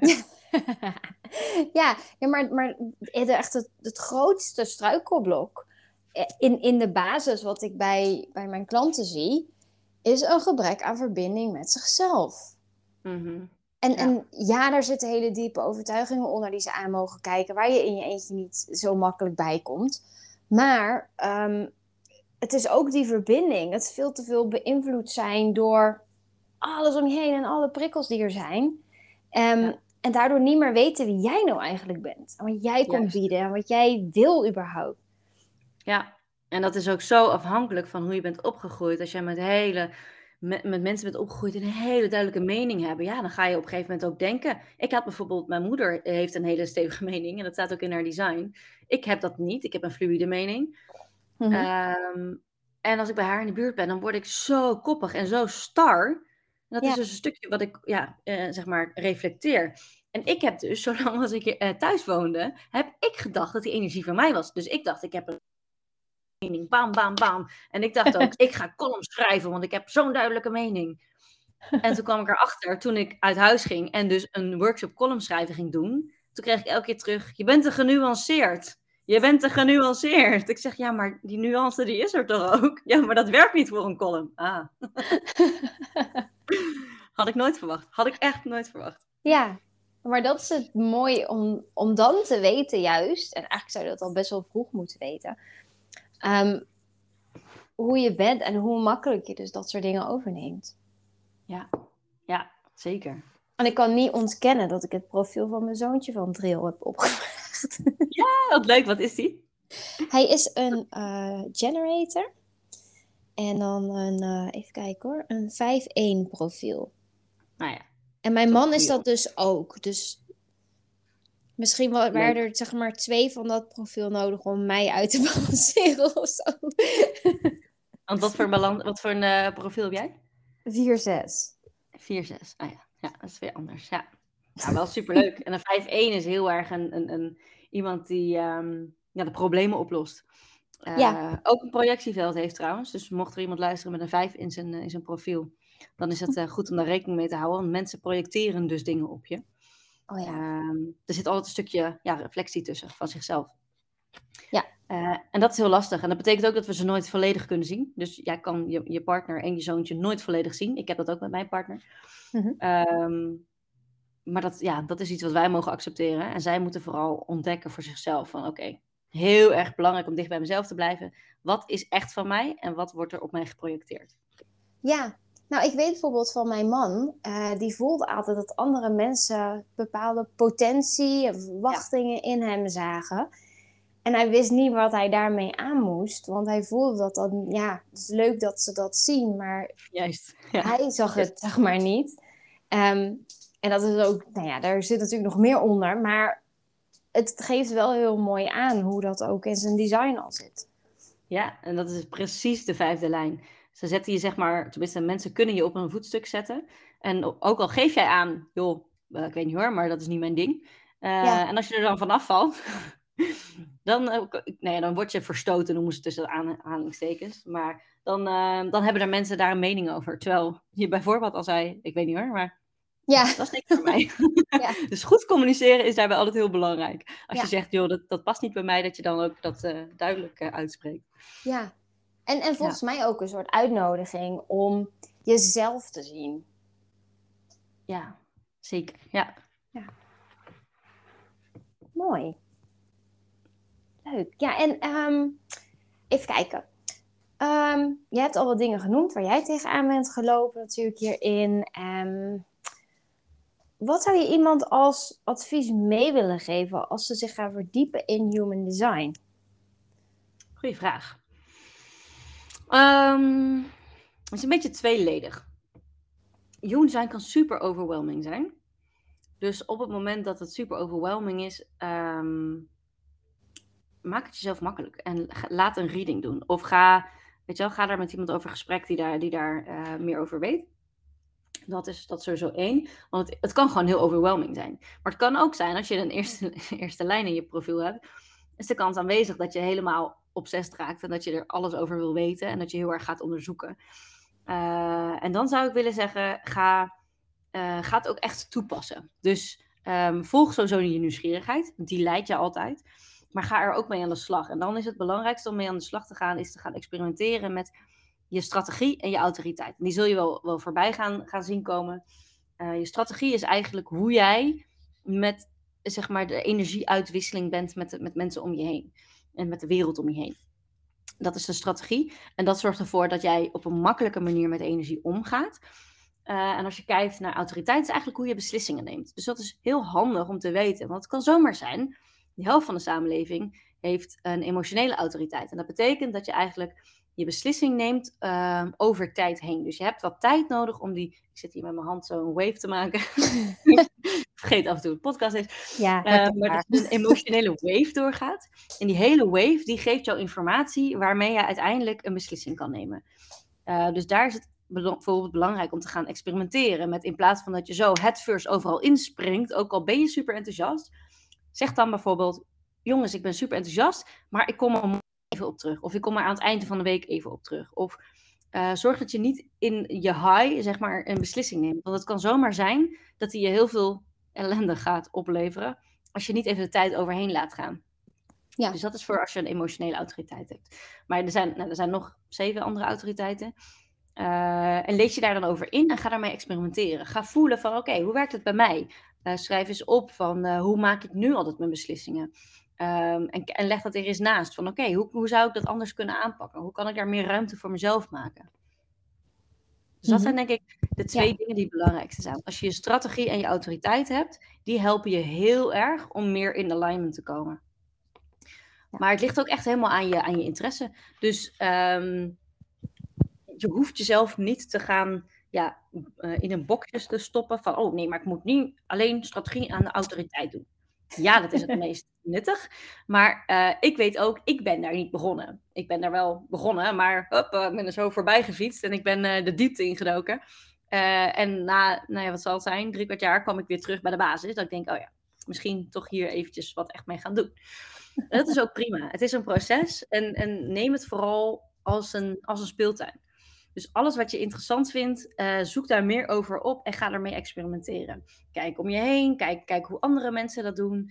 Ja, maar echt het grootste struikelblok in de basis wat ik bij mijn klanten zie, is een gebrek aan verbinding met zichzelf. Mhm. En, Ja, en ja, daar zitten hele diepe overtuigingen onder die ze aan mogen kijken, waar je in je eentje niet zo makkelijk bij komt. Maar het is ook die verbinding. Het veel te veel beïnvloed zijn door alles om je heen en alle prikkels die er zijn. ja, En daardoor niet meer weten wie jij nou eigenlijk bent. En wat jij komt juist. bieden en wat jij wil überhaupt. Ja, en dat is ook zo afhankelijk van hoe je bent opgegroeid. Als jij met mensen bent opgegroeid die een hele duidelijke mening hebben, ja, dan ga je op een gegeven moment ook denken. Ik had bijvoorbeeld, mijn moeder heeft een hele stevige mening en dat staat ook in haar design. Ik heb dat niet, ik heb een fluïde mening. Mhm. Ehm, en als ik bij haar in de buurt ben, dan word ik zo koppig en zo star. En dat is Ja, dus een stukje wat ik, ja, zeg maar, reflecteer. En ik heb dus, zolang als ik thuis woonde, heb ik gedacht dat die energie van mij was. Dus ik dacht, ik heb een mening. Bam, bam, bam. En ik dacht ook, ik ga columns schrijven, want ik heb zo'n duidelijke mening. En toen kwam ik erachter, toen ik uit huis ging en dus een workshop columnschrijven ging doen, toen kreeg ik elke keer terug, je bent te genuanceerd. Je bent te genuanceerd. Ik zeg, ja, maar die nuance die is er toch ook? Ja, maar dat werkt niet voor een column. Ah, had ik nooit verwacht. Had ik echt nooit verwacht. ja. Maar dat is het mooie om dan te weten juist. En eigenlijk zou je dat al best wel vroeg moeten weten. ehm, hoe je bent en hoe makkelijk je dus dat soort dingen overneemt. Ja, ja, zeker. En ik kan niet ontkennen dat ik het profiel van mijn zoontje van Drill heb opgevraagd. Ja, wat leuk. Wat is die? Hij is een generator. En dan even kijken hoor, een 5-1 profiel. Nou ja, En mijn dat is ook man een is goede dat dus ook. Dus misschien waren leuk. er zeg maar 2 van dat profiel nodig om mij uit te balanceren of zo. Want wat voor een profiel heb jij? 4-6. 4-6. Ah ja. Ja, dat is weer anders. Ja, ja, wel superleuk. En een 5-1 is heel erg iemand die ja, de problemen oplost. Ja, Ook een projectieveld heeft trouwens. Dus mocht er iemand luisteren met een 5 in zijn profiel, dan is het goed om daar rekening mee te houden. Want mensen projecteren dus dingen op je. oh ja. Er zit altijd een stukje reflectie tussen van zichzelf. Ja. En dat is heel lastig. En dat betekent ook dat we ze nooit volledig kunnen zien. Dus jij kan je partner en je zoontje nooit volledig zien. Ik heb dat ook met mijn partner. Maar dat is iets wat wij mogen accepteren. En zij moeten vooral ontdekken voor zichzelf van oké, heel erg belangrijk om dicht bij mezelf te blijven. Wat is echt van mij en wat wordt er op mij geprojecteerd? Ja, nou ik weet bijvoorbeeld van mijn man, die voelde altijd dat andere mensen bepaalde potentie en verwachtingen in hem zagen. En hij wist niet wat hij daarmee aan moest, want hij voelde dat dan, ja, het is leuk dat ze dat zien, maar Juist. Ja. hij zag het zeg maar niet. En dat is ook, nou ja, daar zit natuurlijk nog meer onder, maar het geeft wel heel mooi aan hoe dat ook in zijn design al zit. Ja, en dat is precies de 5e lijn. Ze zetten je zeg maar, tenminste mensen kunnen je op een voetstuk zetten. En ook al geef jij aan, joh, ik weet niet hoor, maar dat is niet mijn ding. En als je er dan vanaf valt, dan word je verstoten, noemen ze tussen aanhalingstekens. Maar dan hebben er mensen daar een mening over. Terwijl je bijvoorbeeld al zei, ik weet niet hoor, maar dat is niks voor mij. Ja. Dus goed communiceren is daarbij altijd heel belangrijk. Als je zegt, joh, dat past niet bij mij, dat je dan ook dat duidelijk uitspreekt. Ja, en volgens mij ook een soort uitnodiging om jezelf te zien. Ja, zeker. Ja. Mooi. Leuk. Ja, en even kijken. Je hebt al wat dingen genoemd waar jij tegenaan bent gelopen natuurlijk hierin. Wat zou je iemand als advies mee willen geven als ze zich gaan verdiepen in human design? Goeie vraag. Het is een beetje tweeledig. Human design kan super overwhelming zijn. Dus op het moment dat het super overwhelming is, maak het jezelf makkelijk. En laat een reading doen. Of ga daar met iemand over gesprek die daar meer over weet. Dat is sowieso 1. Want het kan gewoon heel overwhelming zijn. Maar het kan ook zijn, als je een eerste lijn in je profiel hebt, is de kans aanwezig dat je helemaal obsessief raakt. En dat je er alles over wil weten. En dat je heel erg gaat onderzoeken. En dan zou ik willen zeggen, ga het ook echt toepassen. Dus volg sowieso je nieuwsgierigheid. Die leidt je altijd. Maar ga er ook mee aan de slag. En dan is het belangrijkste om mee aan de slag te gaan, is te gaan experimenteren met je strategie en je autoriteit. En die zul je wel voorbij gaan zien komen. Je strategie is eigenlijk hoe jij met zeg maar, de energieuitwisseling bent met mensen om je heen. En met de wereld om je heen. Dat is de strategie. En dat zorgt ervoor dat jij op een makkelijke manier met energie omgaat. En als je kijkt naar autoriteit, is eigenlijk hoe je beslissingen neemt. Dus dat is heel handig om te weten. Want het kan zomaar zijn, de helft van de samenleving heeft een emotionele autoriteit. En dat betekent dat je eigenlijk je beslissing neemt over tijd heen. Dus je hebt wat tijd nodig om ik zit hier met mijn hand zo een wave te maken. Vergeet af en toe het podcast is. Ja, maar dat je een emotionele wave doorgaat. En die hele wave, die geeft jou informatie waarmee je uiteindelijk een beslissing kan nemen. Dus daar is het bijvoorbeeld belangrijk om te gaan experimenteren. Met in plaats van dat je zo headfirst overal inspringt, ook al ben je super enthousiast, zeg dan bijvoorbeeld, jongens, ik ben super enthousiast, maar ik kom er morgen even op terug. Of ik kom er aan het einde van de week even op terug. Of zorg dat je niet in je high, zeg maar, een beslissing neemt. Want het kan zomaar zijn dat die je heel veel ellende gaat opleveren als je niet even de tijd overheen laat gaan. Ja. Dus dat is voor als je een emotionele autoriteit hebt. Maar er zijn nog 7 andere autoriteiten. En lees je daar dan over in en ga daarmee experimenteren. Ga voelen van oké, hoe werkt het bij mij? Schrijf eens op van hoe maak ik nu altijd mijn beslissingen? En leg dat er eens naast van oké, hoe zou ik dat anders kunnen aanpakken? Hoe kan ik daar meer ruimte voor mezelf maken? Dus dat zijn denk ik de 2 dingen die het belangrijkste zijn. Als je je strategie en je autoriteit hebt, die helpen je heel erg om meer in alignment te komen. Ja. Maar het ligt ook echt helemaal aan je interesse. Dus je hoeft jezelf niet te gaan in een boxje te stoppen van oh nee, maar ik moet niet alleen strategie aan de autoriteit doen. Ja, dat is het meest nuttig. Maar ik weet ook, ik ben daar niet begonnen. Ik ben daar wel begonnen, maar ik ben er zo voorbij gefietst en ik ben de diepte ingedoken. En na, wat zal het zijn, 3/4 jaar kwam ik weer terug bij de basis. Dat ik denk, oh ja, misschien toch hier eventjes wat echt mee gaan doen. En dat is ook prima. Het is een proces en neem het vooral als een speeltuin. Dus alles wat je interessant vindt, zoek daar meer over op en ga ermee experimenteren. Kijk om je heen, kijk hoe andere mensen dat doen.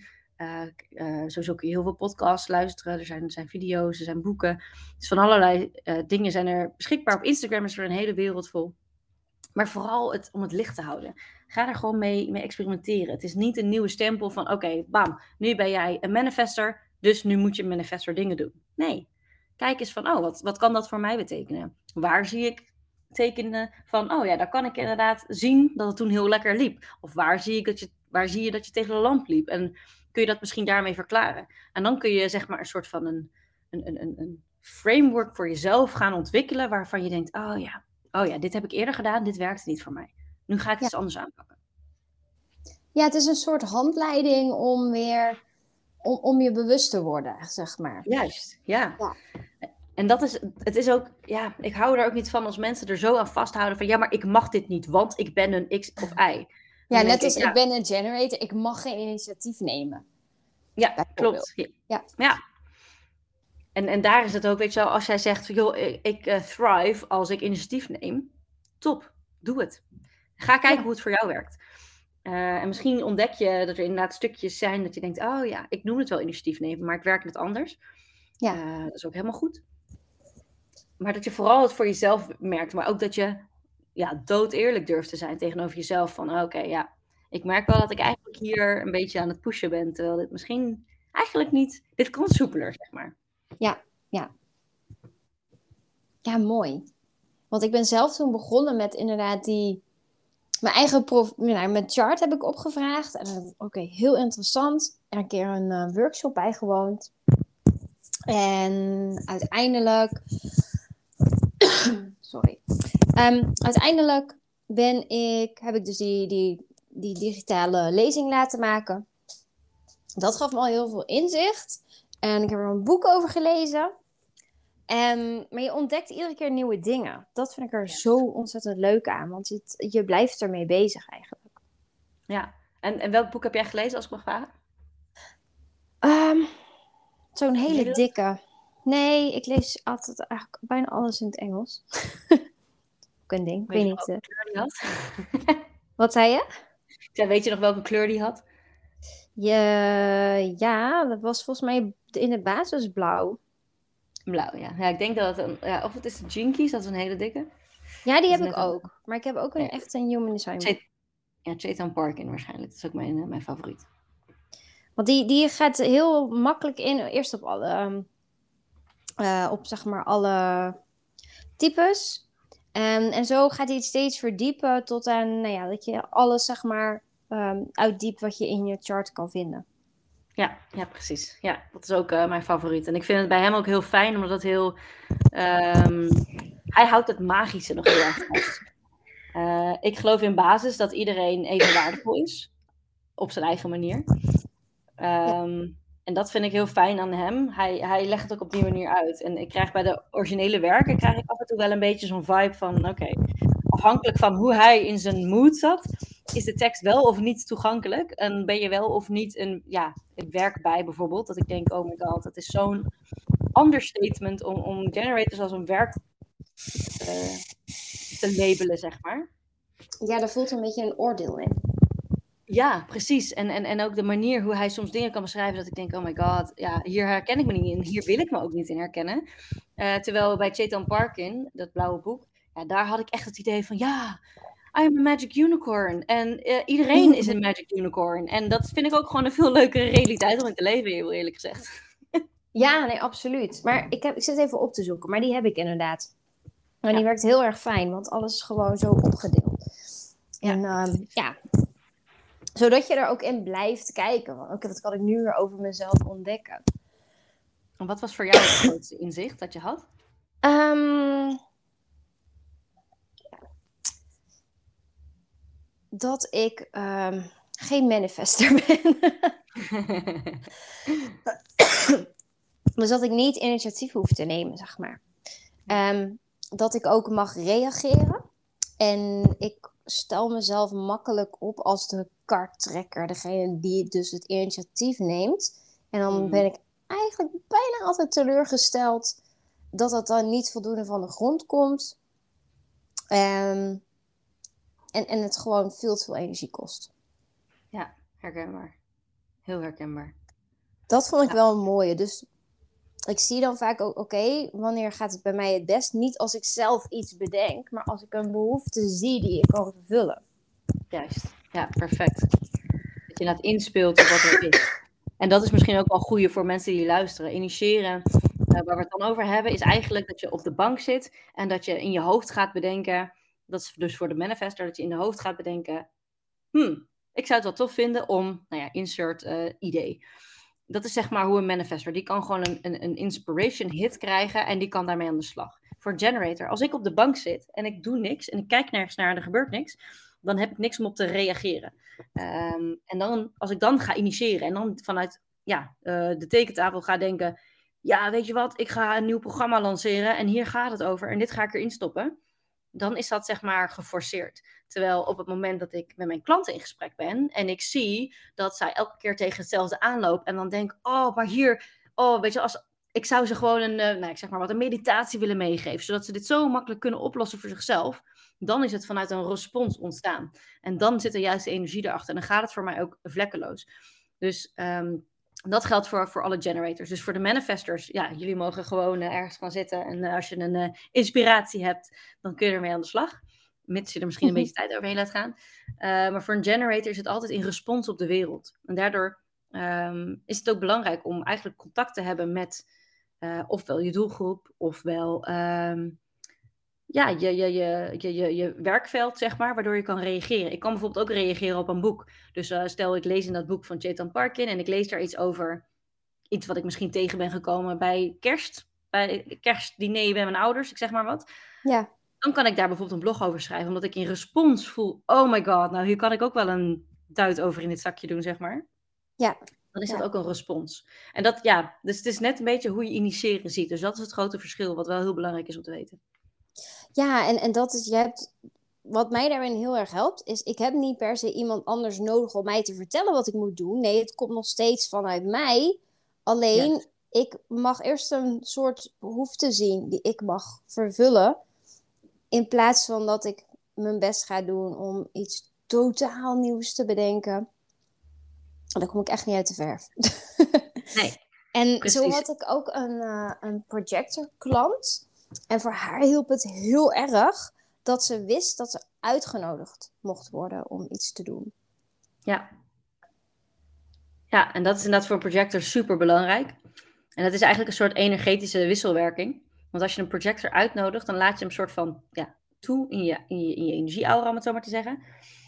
Sowieso kun je heel veel podcasts luisteren. Er zijn video's, er zijn boeken. Dus van allerlei dingen zijn er beschikbaar. Op Instagram is er een hele wereld vol. Maar vooral om het licht te houden. Ga er gewoon mee experimenteren. Het is niet een nieuwe stempel van oké, bam, nu ben jij een manifester, dus nu moet je manifester dingen doen. Nee, kijk eens van, wat kan dat voor mij betekenen? Waar zie ik tekenen van, dan kan ik inderdaad zien dat het toen heel lekker liep. Of waar zie je dat je tegen de lamp liep? En kun je dat misschien daarmee verklaren? En dan kun je zeg maar een soort van een framework voor jezelf gaan ontwikkelen waarvan je denkt, oh ja, dit heb ik eerder gedaan, dit werkte niet voor mij. Nu ga ik het eens anders aanpakken. Ja, het is een soort handleiding om weer om je bewust te worden, zeg maar. Juist, ja. En het is ook, ik hou er ook niet van als mensen er zo aan vasthouden van, maar ik mag dit niet, want ik ben een X of Y. Ja, net als ik ben een generator, ik mag geen initiatief nemen. Ja, klopt. Ja. En daar is het ook, weet je wel, als jij zegt, joh, ik thrive als ik initiatief neem, top, doe het. Ga kijken hoe het voor jou werkt. En misschien ontdek je dat er inderdaad stukjes zijn dat je denkt, ik noem het wel initiatief nemen, maar ik werk net anders. Ja. Dat is ook helemaal goed. Maar dat je vooral het voor jezelf merkt, maar ook dat je dood eerlijk durft te zijn tegenover jezelf. Van ik merk wel dat ik eigenlijk hier een beetje aan het pushen ben, terwijl dit misschien eigenlijk niet, dit kan soepeler, zeg maar. Ja, mooi. Want ik ben zelf toen begonnen met inderdaad mijn eigen mijn chart heb ik opgevraagd. En oké, heel interessant. Er een keer een workshop bijgewoond. En uiteindelijk... Sorry. Uiteindelijk heb ik dus die digitale lezing laten maken. Dat gaf me al heel veel inzicht. En ik heb er een boek over gelezen. Maar je ontdekt iedere keer nieuwe dingen. Dat vind ik er zo ontzettend leuk aan. Want je blijft ermee bezig eigenlijk. Ja. En welk boek heb jij gelezen, als ik mag vragen? Zo'n hele dikke. Nee, ik lees altijd eigenlijk bijna alles in het Engels. Ook een ding. Weet je nog welke kleur die had? Wat zei je? Ja, weet je nog welke kleur die had? Ja, dat was volgens mij in de basis blauw. Blauw, ja. Ja, ik denk dat het of het is de Jinkies, dat is een hele dikke. Ja, die heb ik ook. Maar ik heb ook echt een human design. Chetan Parkin waarschijnlijk. Dat is ook mijn favoriet. Want die gaat heel makkelijk in. Eerst op alle types. En zo gaat hij het steeds verdiepen tot aan, dat je alles, uitdiept wat je in je chart kan vinden. Ja, precies. Ja, dat is ook mijn favoriet. En ik vind het bij hem ook heel fijn, omdat het heel... hij houdt het magische nog heel erg vast. Ik geloof in basis dat iedereen even waardevol is. Op zijn eigen manier. En dat vind ik heel fijn aan hem. Hij legt het ook op die manier uit. En ik krijg bij de originele werken af en toe wel een beetje zo'n vibe van... afhankelijk van hoe hij in zijn mood zat... is de tekst wel of niet toegankelijk. En ben je wel of niet een werk bij bijvoorbeeld. Dat ik denk, oh my god, dat is zo'n understatement... om generators als een werk te labelen, zeg maar. Ja, daar voelt een beetje een oordeel in. Ja, precies. En ook de manier hoe hij soms dingen kan beschrijven... dat ik denk, oh my god, hier herken ik me niet in. Hier wil ik me ook niet in herkennen. Terwijl bij Chetan Parkin, dat blauwe boek... daar had ik echt het idee van... I am a magic unicorn. En iedereen is een magic unicorn. En dat vind ik ook gewoon een veel leukere realiteit om in te leven, heel eerlijk gezegd. Ja, nee, absoluut. Maar ik zit even op te zoeken. Maar die heb ik inderdaad. En die werkt heel erg fijn, want alles is gewoon zo opgedeeld. En zodat je er ook in blijft kijken. Want wat kan ik nu weer over mezelf ontdekken? En wat was voor jou het grootste inzicht dat je had? Dat ik geen manifester ben. Dus dat ik niet initiatief hoef te nemen, zeg maar. Dat ik ook mag reageren. En ik stel mezelf makkelijk op als de karttrekker. Degene die dus het initiatief neemt. En dan ben ik eigenlijk bijna altijd teleurgesteld dat dat dan niet voldoende van de grond komt. En het gewoon veel te veel energie kost. Ja, herkenbaar. Heel herkenbaar. Dat vond ik wel een mooie. Dus ik zie dan vaak ook, oké, wanneer gaat het bij mij het best? Niet als ik zelf iets bedenk, maar als ik een behoefte zie die ik kan vervullen. Juist, ja, perfect. Dat je inderdaad inspeelt op wat er is. En dat is misschien ook wel een goede voor mensen die luisteren. Initiëren, waar we het dan over hebben, is eigenlijk dat je op de bank zit en dat je in je hoofd gaat bedenken, dat is dus voor de manifester, dat je in de hoofd gaat bedenken, ik zou het wel tof vinden om, insert idee. Dat is zeg maar hoe een manifester, die kan gewoon een inspiration hit krijgen en die kan daarmee aan de slag. Voor een generator, als ik op de bank zit en ik doe niks en ik kijk nergens naar en er gebeurt niks, dan heb ik niks om op te reageren. En dan, als ik dan ga initiëren en dan vanuit de tekentafel ga denken, ja, weet je wat, ik ga een nieuw programma lanceren en hier gaat het over en dit ga ik erin stoppen, dan is dat zeg maar geforceerd. Terwijl op het moment dat ik met mijn klanten in gesprek ben en ik zie dat zij elke keer tegen hetzelfde aanloopt en dan denk, oh, maar hier, oh, weet je, als ik zou ze gewoon een meditatie willen meegeven, zodat ze dit zo makkelijk kunnen oplossen voor zichzelf, dan is het vanuit een respons ontstaan. En dan zit er juist de energie erachter en dan gaat het voor mij ook vlekkeloos. Dus dat geldt voor alle generators. Dus voor de manifestors, ja, jullie mogen gewoon ergens gaan zitten. En als je een inspiratie hebt, dan kun je ermee aan de slag. Mits je er misschien een beetje tijd overheen laat gaan. Maar voor een generator is het altijd in respons op de wereld. En daardoor is het ook belangrijk om eigenlijk contact te hebben met ofwel je doelgroep, ofwel je werkveld, zeg maar, waardoor je kan reageren. Ik kan bijvoorbeeld ook reageren op een boek. Dus stel, ik lees in dat boek van Chetan Parkin en ik lees daar iets over, iets wat ik misschien tegen ben gekomen bij kerstdiner bij mijn ouders, ik zeg maar wat. Ja. Dan kan ik daar bijvoorbeeld een blog over schrijven, omdat ik in respons voel, oh my god, nou hier kan ik ook wel een duit over in dit zakje doen, zeg maar. Ja. Dan is dat ook een respons. En dat, ja, dus het is net een beetje hoe je initiëren ziet. Dus dat is het grote verschil, wat wel heel belangrijk is om te weten. Ja, en dat is, wat mij daarin heel erg helpt, is ik heb niet per se iemand anders nodig om mij te vertellen wat ik moet doen. Nee, het komt nog steeds vanuit mij. Alleen, ik mag eerst een soort behoefte zien die ik mag vervullen. In plaats van dat ik mijn best ga doen om iets totaal nieuws te bedenken. Dan kom ik echt niet uit de verf. Nee, en precies. Zo had ik ook een projector klant. En voor haar hielp het heel erg dat ze wist dat ze uitgenodigd mocht worden om iets te doen. Ja. Ja, en dat is inderdaad voor een projector super belangrijk. En dat is eigenlijk een soort energetische wisselwerking. Want als je een projector uitnodigt, dan laat je hem soort van toe in je energieaura, om het zo maar te zeggen.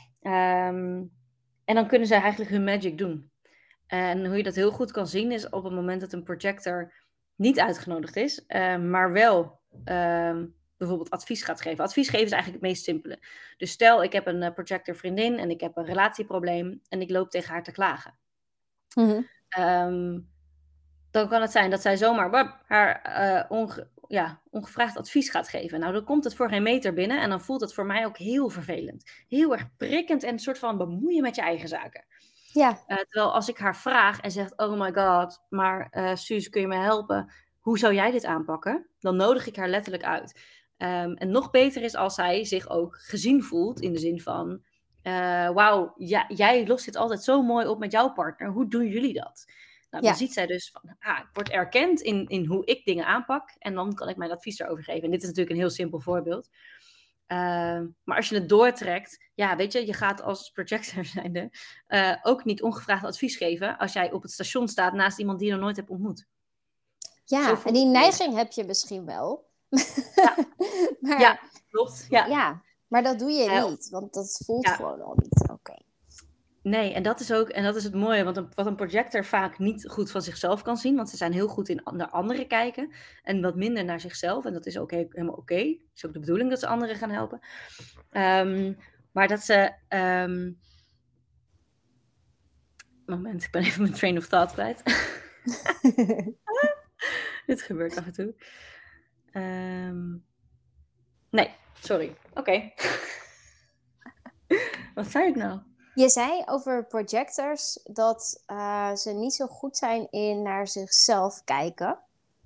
En dan kunnen zij eigenlijk hun magic doen. En hoe je dat heel goed kan zien is op het moment dat een projector niet uitgenodigd is, maar wel bijvoorbeeld advies gaat geven. Advies geven is eigenlijk het meest simpele. Dus stel, ik heb een projector vriendin en ik heb een relatieprobleem en ik loop tegen haar te klagen. Dan kan het zijn dat zij zomaar haar ongevraagd advies gaat geven. Nou, dan komt het voor geen meter binnen en dan voelt het voor mij ook heel vervelend. Heel erg prikkend en een soort van bemoeien met je eigen zaken. Ja. Terwijl als ik haar vraag en zegt, oh my god, maar Suus, kun je me helpen? Hoe zou jij dit aanpakken? Dan nodig ik haar letterlijk uit. En nog beter is als zij zich ook gezien voelt in de zin van, wauw, jij lost dit altijd zo mooi op met jouw partner. Hoe doen jullie dat? Nou, dan ziet zij dus van, ik word erkend in hoe ik dingen aanpak. En dan kan ik mijn advies erover geven. En dit is natuurlijk een heel simpel voorbeeld. Maar als je het doortrekt, weet je gaat als projector zijnde ook niet ongevraagd advies geven als jij op het station staat naast iemand die je nog nooit hebt ontmoet. Ja, en die neiging heb je misschien wel. Ja, klopt. Ja, maar dat doe je niet, want dat voelt gewoon al niet oké. Nee, en dat is het mooie, want wat een projector vaak niet goed van zichzelf kan zien, want ze zijn heel goed in naar anderen kijken en wat minder naar zichzelf. En dat is ook helemaal oké. Het is ook de bedoeling dat ze anderen gaan helpen. Maar dat ze... Moment, ik ben even mijn train of thought kwijt. Dit gebeurt af en toe. Nee, sorry. Oké. Wat zei ik nou? Je zei over projectors dat ze niet zo goed zijn in naar zichzelf kijken.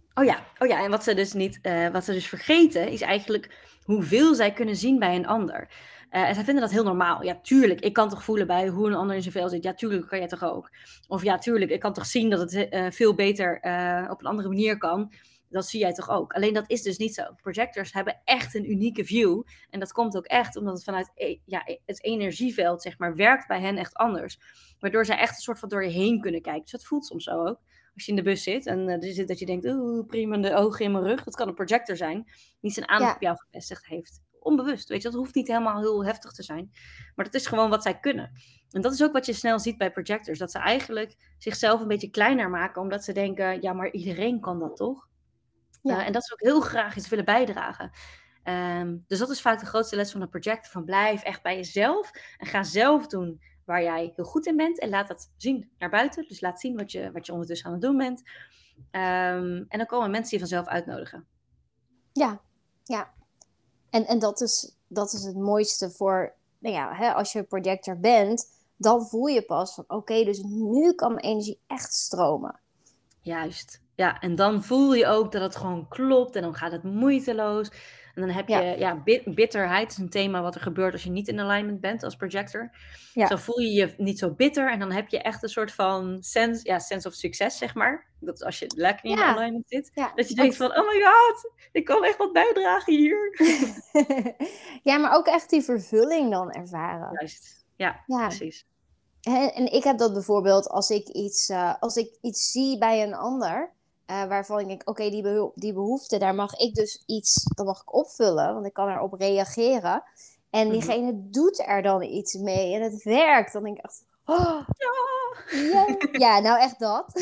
Oh ja, en wat ze dus vergeten is eigenlijk hoeveel zij kunnen zien bij een ander. En zij vinden dat heel normaal. Ja, tuurlijk, ik kan toch voelen bij hoe een ander in zijn vel zit. Ja, tuurlijk kan jij toch ook. Of ja, tuurlijk, ik kan toch zien dat het veel beter op een andere manier kan. Dat zie jij toch ook. Alleen dat is dus niet zo. Projectors hebben echt een unieke view. En dat komt ook echt omdat het vanuit het energieveld, zeg maar, werkt bij hen echt anders. Waardoor zij echt een soort van door je heen kunnen kijken. Dus dat voelt soms zo ook. Als je in de bus zit en er zit dat je denkt, priemende ogen in mijn rug. Dat kan een projector zijn, die zijn aandacht op jou gevestigd heeft. Onbewust, weet je, dat hoeft niet helemaal heel heftig te zijn. Maar dat is gewoon wat zij kunnen. En dat is ook wat je snel ziet bij projectors. Dat ze eigenlijk zichzelf een beetje kleiner maken, omdat ze denken, ja, maar iedereen kan dat toch? Ja. En dat ze ook heel graag iets willen bijdragen. Dus dat is vaak de grootste les van een projector. Van blijf echt bij jezelf en ga zelf doen waar jij heel goed in bent. En laat dat zien naar buiten. Dus laat zien wat je ondertussen aan het doen bent. En dan komen mensen je vanzelf uitnodigen. Ja, ja. En dat is het mooiste voor, nou ja, hè, als je projector bent, dan voel je pas van oké, dus nu kan mijn energie echt stromen. Juist. Ja, en dan voel je ook dat het gewoon klopt en dan gaat het moeiteloos. En dan heb je, bitterheid is een thema wat er gebeurt als je niet in alignment bent als projector. Ja. Zo voel je je niet zo bitter en dan heb je echt een soort van sense of succes, zeg maar. Dat is als je lekker in alignment zit. Ja. Dat je denkt van, oh my god, ik kan echt wat bijdragen hier. Ja, maar ook echt die vervulling dan ervaren. Juist, ja. Precies. En ik heb dat bijvoorbeeld als ik iets zie bij een ander, waarvan ik denk, oké, die behoefte, daar mag ik dus dat mag ik opvullen, want ik kan erop reageren. En diegene doet er dan iets mee en het werkt. Dan denk ik echt, oh, ja, nou echt dat.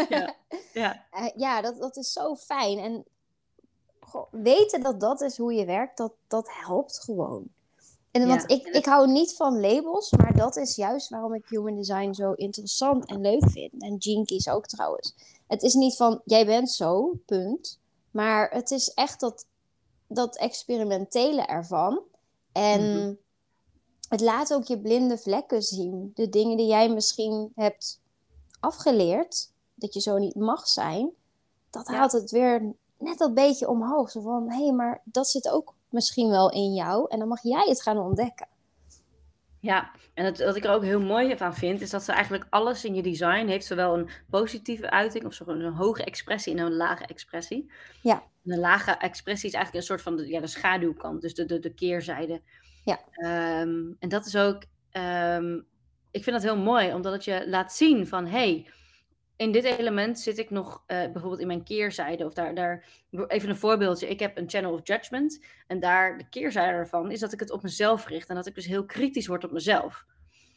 Dat is zo fijn. En weten dat is hoe je werkt, dat helpt gewoon. Want ik hou niet van labels, maar dat is juist waarom ik human design zo interessant en leuk vind. En Gene Keys ook trouwens. Het is niet van, jij bent zo, punt. Maar het is echt dat experimentele ervan. En het laat ook je blinde vlekken zien. De dingen die jij misschien hebt afgeleerd, dat je zo niet mag zijn. Dat haalt het weer net dat beetje omhoog. Zo van, hé, maar dat zit ook misschien wel in jou. En dan mag jij het gaan ontdekken. Ja, en wat ik er ook heel mooi van vind, is dat ze eigenlijk alles in je design heeft zowel een positieve uiting, of zo'n hoge expressie en een lage expressie. Ja. En een lage expressie is eigenlijk een soort van de schaduwkant, dus de keerzijde. Ja. En dat is ook, ik vind dat heel mooi, omdat het je laat zien van, hey, in dit element zit ik nog bijvoorbeeld in mijn keerzijde. Of daar, even een voorbeeldje. Ik heb een channel of judgment. En daar, de keerzijde ervan is dat ik het op mezelf richt. En dat ik dus heel kritisch word op mezelf.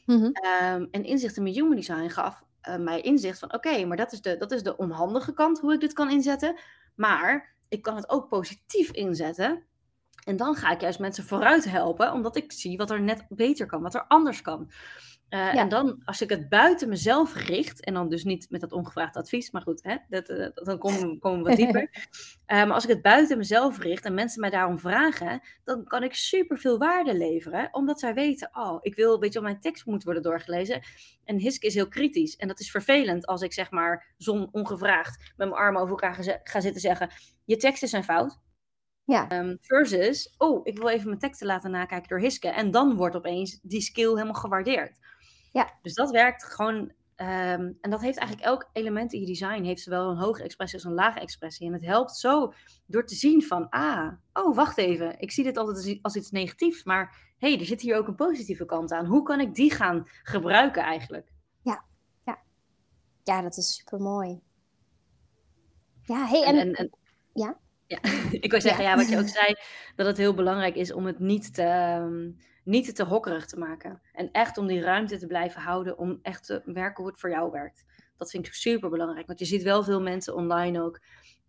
En inzicht in mijn human design gaf mij inzicht van oké, maar dat is de onhandige kant hoe ik dit kan inzetten. Maar ik kan het ook positief inzetten. En dan ga ik juist mensen vooruit helpen, omdat ik zie wat er net beter kan, wat er anders kan. En dan, als ik het buiten mezelf richt, en dan dus niet met dat ongevraagd advies, maar goed, dan komen we wat dieper. Maar als ik het buiten mezelf richt en mensen mij daarom vragen, dan kan ik superveel waarde leveren, omdat zij weten, ik wil, weet je, mijn tekst moet worden doorgelezen. En Hiske is heel kritisch. En dat is vervelend als ik zeg maar ongevraagd met mijn armen over elkaar ga zitten zeggen, je teksten zijn fout. Ja. Versus, ik wil even mijn teksten laten nakijken door Hiske. En dan wordt opeens die skill helemaal gewaardeerd. Ja. Dus dat werkt gewoon. En dat heeft eigenlijk elk element in je design. Heeft zowel een hoge expressie als een lage expressie. En het helpt zo door te zien van, wacht even. Ik zie dit altijd als iets negatiefs. Maar er zit hier ook een positieve kant aan. Hoe kan ik die gaan gebruiken eigenlijk? Ja, dat is super mooi. Ja, ja? Ja, ik wil zeggen, wat je ook zei, dat het heel belangrijk is om het niet te hokkerig te maken. En echt om die ruimte te blijven houden, om echt te werken hoe het voor jou werkt. Dat vind ik super belangrijk, want je ziet wel veel mensen online ook,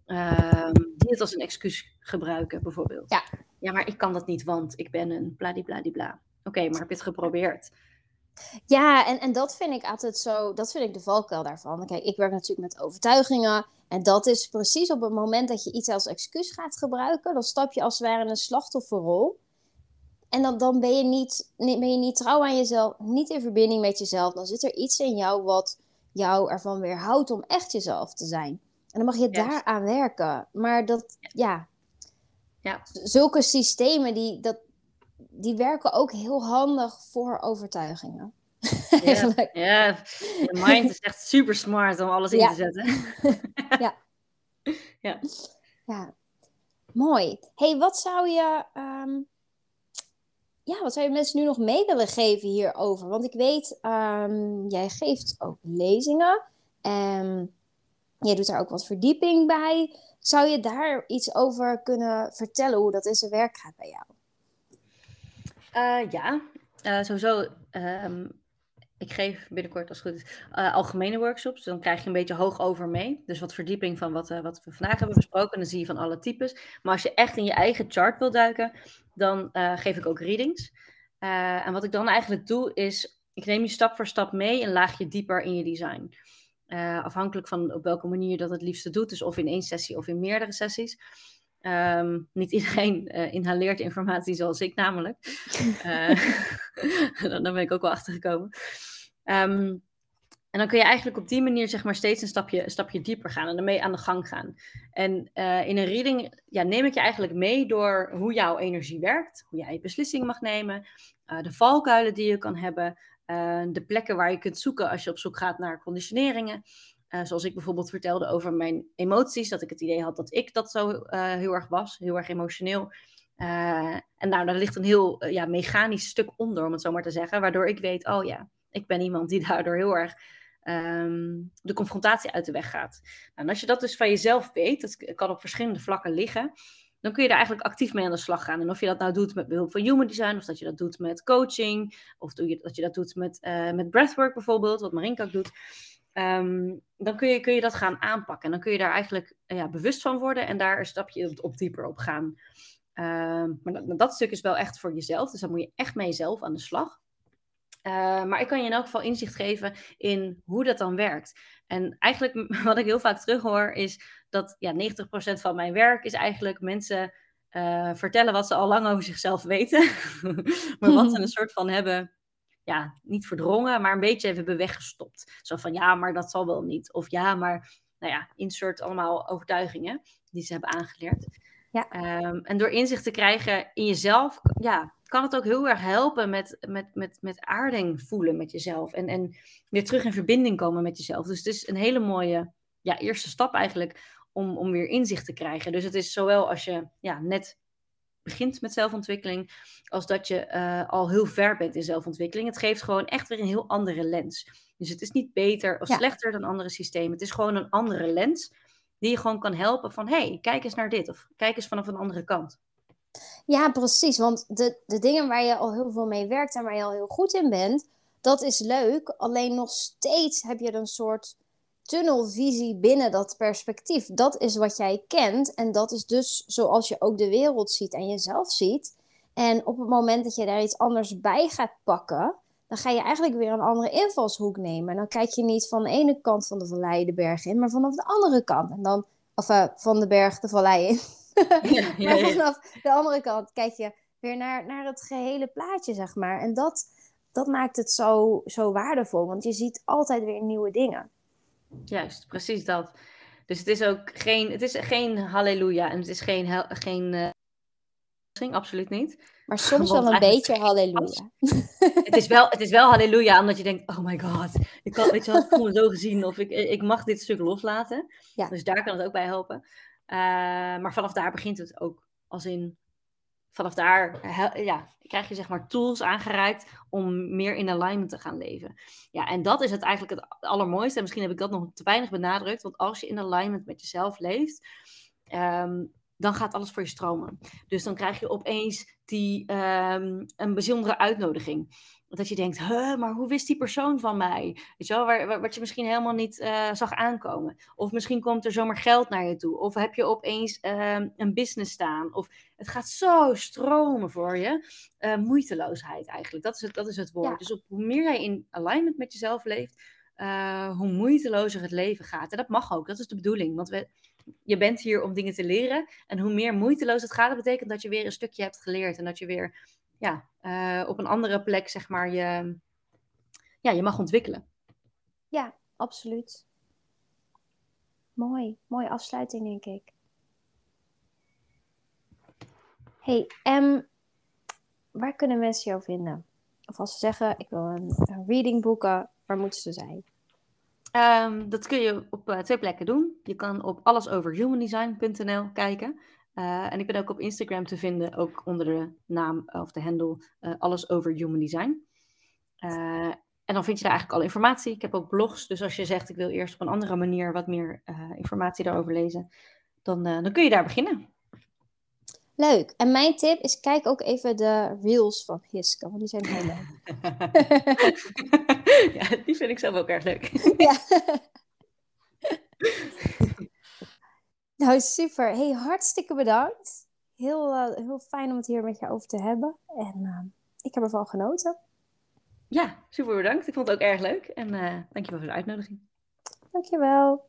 die het als een excuus gebruiken, bijvoorbeeld. Ja, maar ik kan dat niet, want ik ben een bladibladibla. Oké, maar heb je het geprobeerd? Ja, en dat vind ik altijd zo, dat vind ik de valkuil daarvan. Kijk, ik werk natuurlijk met overtuigingen. En dat is precies op het moment dat je iets als excuus gaat gebruiken, dan stap je als het ware in een slachtofferrol. En dan ben je niet trouw aan jezelf, niet in verbinding met jezelf. Dan zit er iets in jou wat jou ervan weerhoudt om echt jezelf te zijn. En dan mag je Juist. daaraan werken. Maar Ja. zulke systemen die werken ook heel handig voor overtuigingen. Ja, Eigenlijk. ja. Je mind is echt super smart om alles in te Ja. zetten. Ja. Ja. Ja. Mooi. Hey, wat zou je mensen nu nog mee willen geven hierover? Want ik weet, jij geeft ook lezingen. En jij doet daar ook wat verdieping bij. Zou je daar iets over kunnen vertellen, hoe dat in zijn werk gaat bij jou? Ja, sowieso. Ik geef binnenkort, als het goed is, algemene workshops. Dan krijg je een beetje hoog over mee. Dus wat verdieping van wat we vandaag hebben besproken. En dan zie je van alle types. Maar als je echt in je eigen chart wil duiken, dan geef ik ook readings. En wat ik dan eigenlijk doe, is ik neem je stap voor stap mee een laagje dieper in je design. Afhankelijk van op welke manier je dat het liefste doet. Dus of in 1 sessie of in meerdere sessies. Niet iedereen inhaleert informatie zoals ik namelijk. Daar ben ik ook wel achter gekomen. En dan kun je eigenlijk op die manier zeg maar steeds een stapje dieper gaan en ermee aan de gang gaan. En in een reading neem ik je eigenlijk mee door hoe jouw energie werkt, hoe jij beslissingen mag nemen, de valkuilen die je kan hebben, de plekken waar je kunt zoeken als je op zoek gaat naar conditioneringen. Zoals ik bijvoorbeeld vertelde over mijn emoties, dat ik het idee had dat ik dat zo heel erg was, heel erg emotioneel. En nou, daar ligt een heel mechanisch stuk onder, om het zo maar te zeggen, waardoor ik weet, oh ja, ik ben iemand die daardoor heel erg de confrontatie uit de weg gaat. Nou, en als je dat dus van jezelf weet, dat kan op verschillende vlakken liggen, dan kun je daar eigenlijk actief mee aan de slag gaan. En of je dat nou doet met behulp van human design, of dat je dat doet met coaching, of dat je dat doet met breathwork bijvoorbeeld, wat Marinka ook doet, dan kun je dat gaan aanpakken. En dan kun je daar eigenlijk bewust van worden en daar een stapje op dieper op gaan. Maar dat stuk is wel echt voor jezelf, dus dan moet je echt mee jezelf aan de slag. Maar ik kan je in elk geval inzicht geven in hoe dat dan werkt. En eigenlijk wat ik heel vaak terughoor is dat 90% van mijn werk is eigenlijk mensen vertellen wat ze al lang over zichzelf weten. Maar wat ze een soort van hebben, niet verdrongen, maar een beetje hebben weggestopt. Zo van ja, maar dat zal wel niet. Of ja, maar insert allemaal overtuigingen die ze hebben aangeleerd. Ja. En door inzicht te krijgen in jezelf, kan het ook heel erg helpen met aarding voelen met jezelf. En weer terug in verbinding komen met jezelf. Dus het is een hele mooie eerste stap eigenlijk om weer inzicht te krijgen. Dus het is zowel als je net begint met zelfontwikkeling, als dat je al heel ver bent in zelfontwikkeling. Het geeft gewoon echt weer een heel andere lens. Dus het is niet beter of slechter dan andere systemen. Het is gewoon een andere lens die je gewoon kan helpen van, hey, kijk eens naar dit. Of kijk eens vanaf een andere kant. Ja, precies. Want de dingen waar je al heel veel mee werkt en waar je al heel goed in bent, dat is leuk. Alleen nog steeds heb je een soort tunnelvisie binnen dat perspectief. Dat is wat jij kent en dat is dus zoals je ook de wereld ziet en jezelf ziet. En op het moment dat je daar iets anders bij gaat pakken, dan ga je eigenlijk weer een andere invalshoek nemen. En dan kijk je niet van de ene kant van de vallei de berg in, maar vanaf de andere kant. En dan, van de berg de vallei in. Maar vanaf de andere kant kijk je weer naar het gehele plaatje, zeg maar. En dat maakt het zo waardevol, want je ziet altijd weer nieuwe dingen. Juist, precies dat. Dus het is ook geen halleluja en het is geen absoluut niet. Maar soms wel een beetje halleluja. Het is wel halleluja, omdat je denkt, oh my god, ik voel me zo gezien, of ik mag dit stuk loslaten. Ja. Dus daar kan het ook bij helpen. Maar vanaf daar begint het ook. Als in, vanaf daar krijg je zeg maar tools aangereikt om meer in alignment te gaan leven. Ja, en dat is het eigenlijk het allermooiste. En misschien heb ik dat nog te weinig benadrukt. Want als je in alignment met jezelf leeft, dan gaat alles voor je stromen. Dus dan krijg je opeens een bijzondere uitnodiging. Dat je denkt, maar hoe wist die persoon van mij? Weet je wel, wat je misschien helemaal niet zag aankomen. Of misschien komt er zomaar geld naar je toe. Of heb je opeens een business staan. Of het gaat zo stromen voor je. Moeiteloosheid eigenlijk, dat is het woord. Ja. Dus hoe meer jij in alignment met jezelf leeft, hoe moeitelozer het leven gaat. En dat mag ook, dat is de bedoeling. Want je bent hier om dingen te leren. En hoe meer moeiteloos het gaat, dat betekent dat je weer een stukje hebt geleerd. En dat je weer op een andere plek, zeg maar, je mag ontwikkelen. Ja, absoluut. mooi. Mooie afsluiting, denk ik. Hey, waar kunnen mensen jou vinden? Of als ze zeggen, ik wil een reading boeken, waar moeten ze zijn? Dat kun je op 2 plekken doen. Je kan op allesoverhumandesign.nl kijken. En ik ben ook op Instagram te vinden, ook onder de naam of de handle Alles Over Human Design. En dan vind je daar eigenlijk alle informatie. Ik heb ook blogs, dus als je zegt ik wil eerst op een andere manier wat meer informatie daarover lezen, dan kun je daar beginnen. Leuk. En mijn tip is, kijk ook even de reels van Hiske, want die zijn heel leuk. Ja, die vind ik zelf ook erg leuk. Ja. Nou, super. Hey, hartstikke bedankt. Heel fijn om het hier met je over te hebben. En ik heb ervan genoten. Ja, super bedankt. Ik vond het ook erg leuk. En dankjewel voor de uitnodiging. Dankjewel.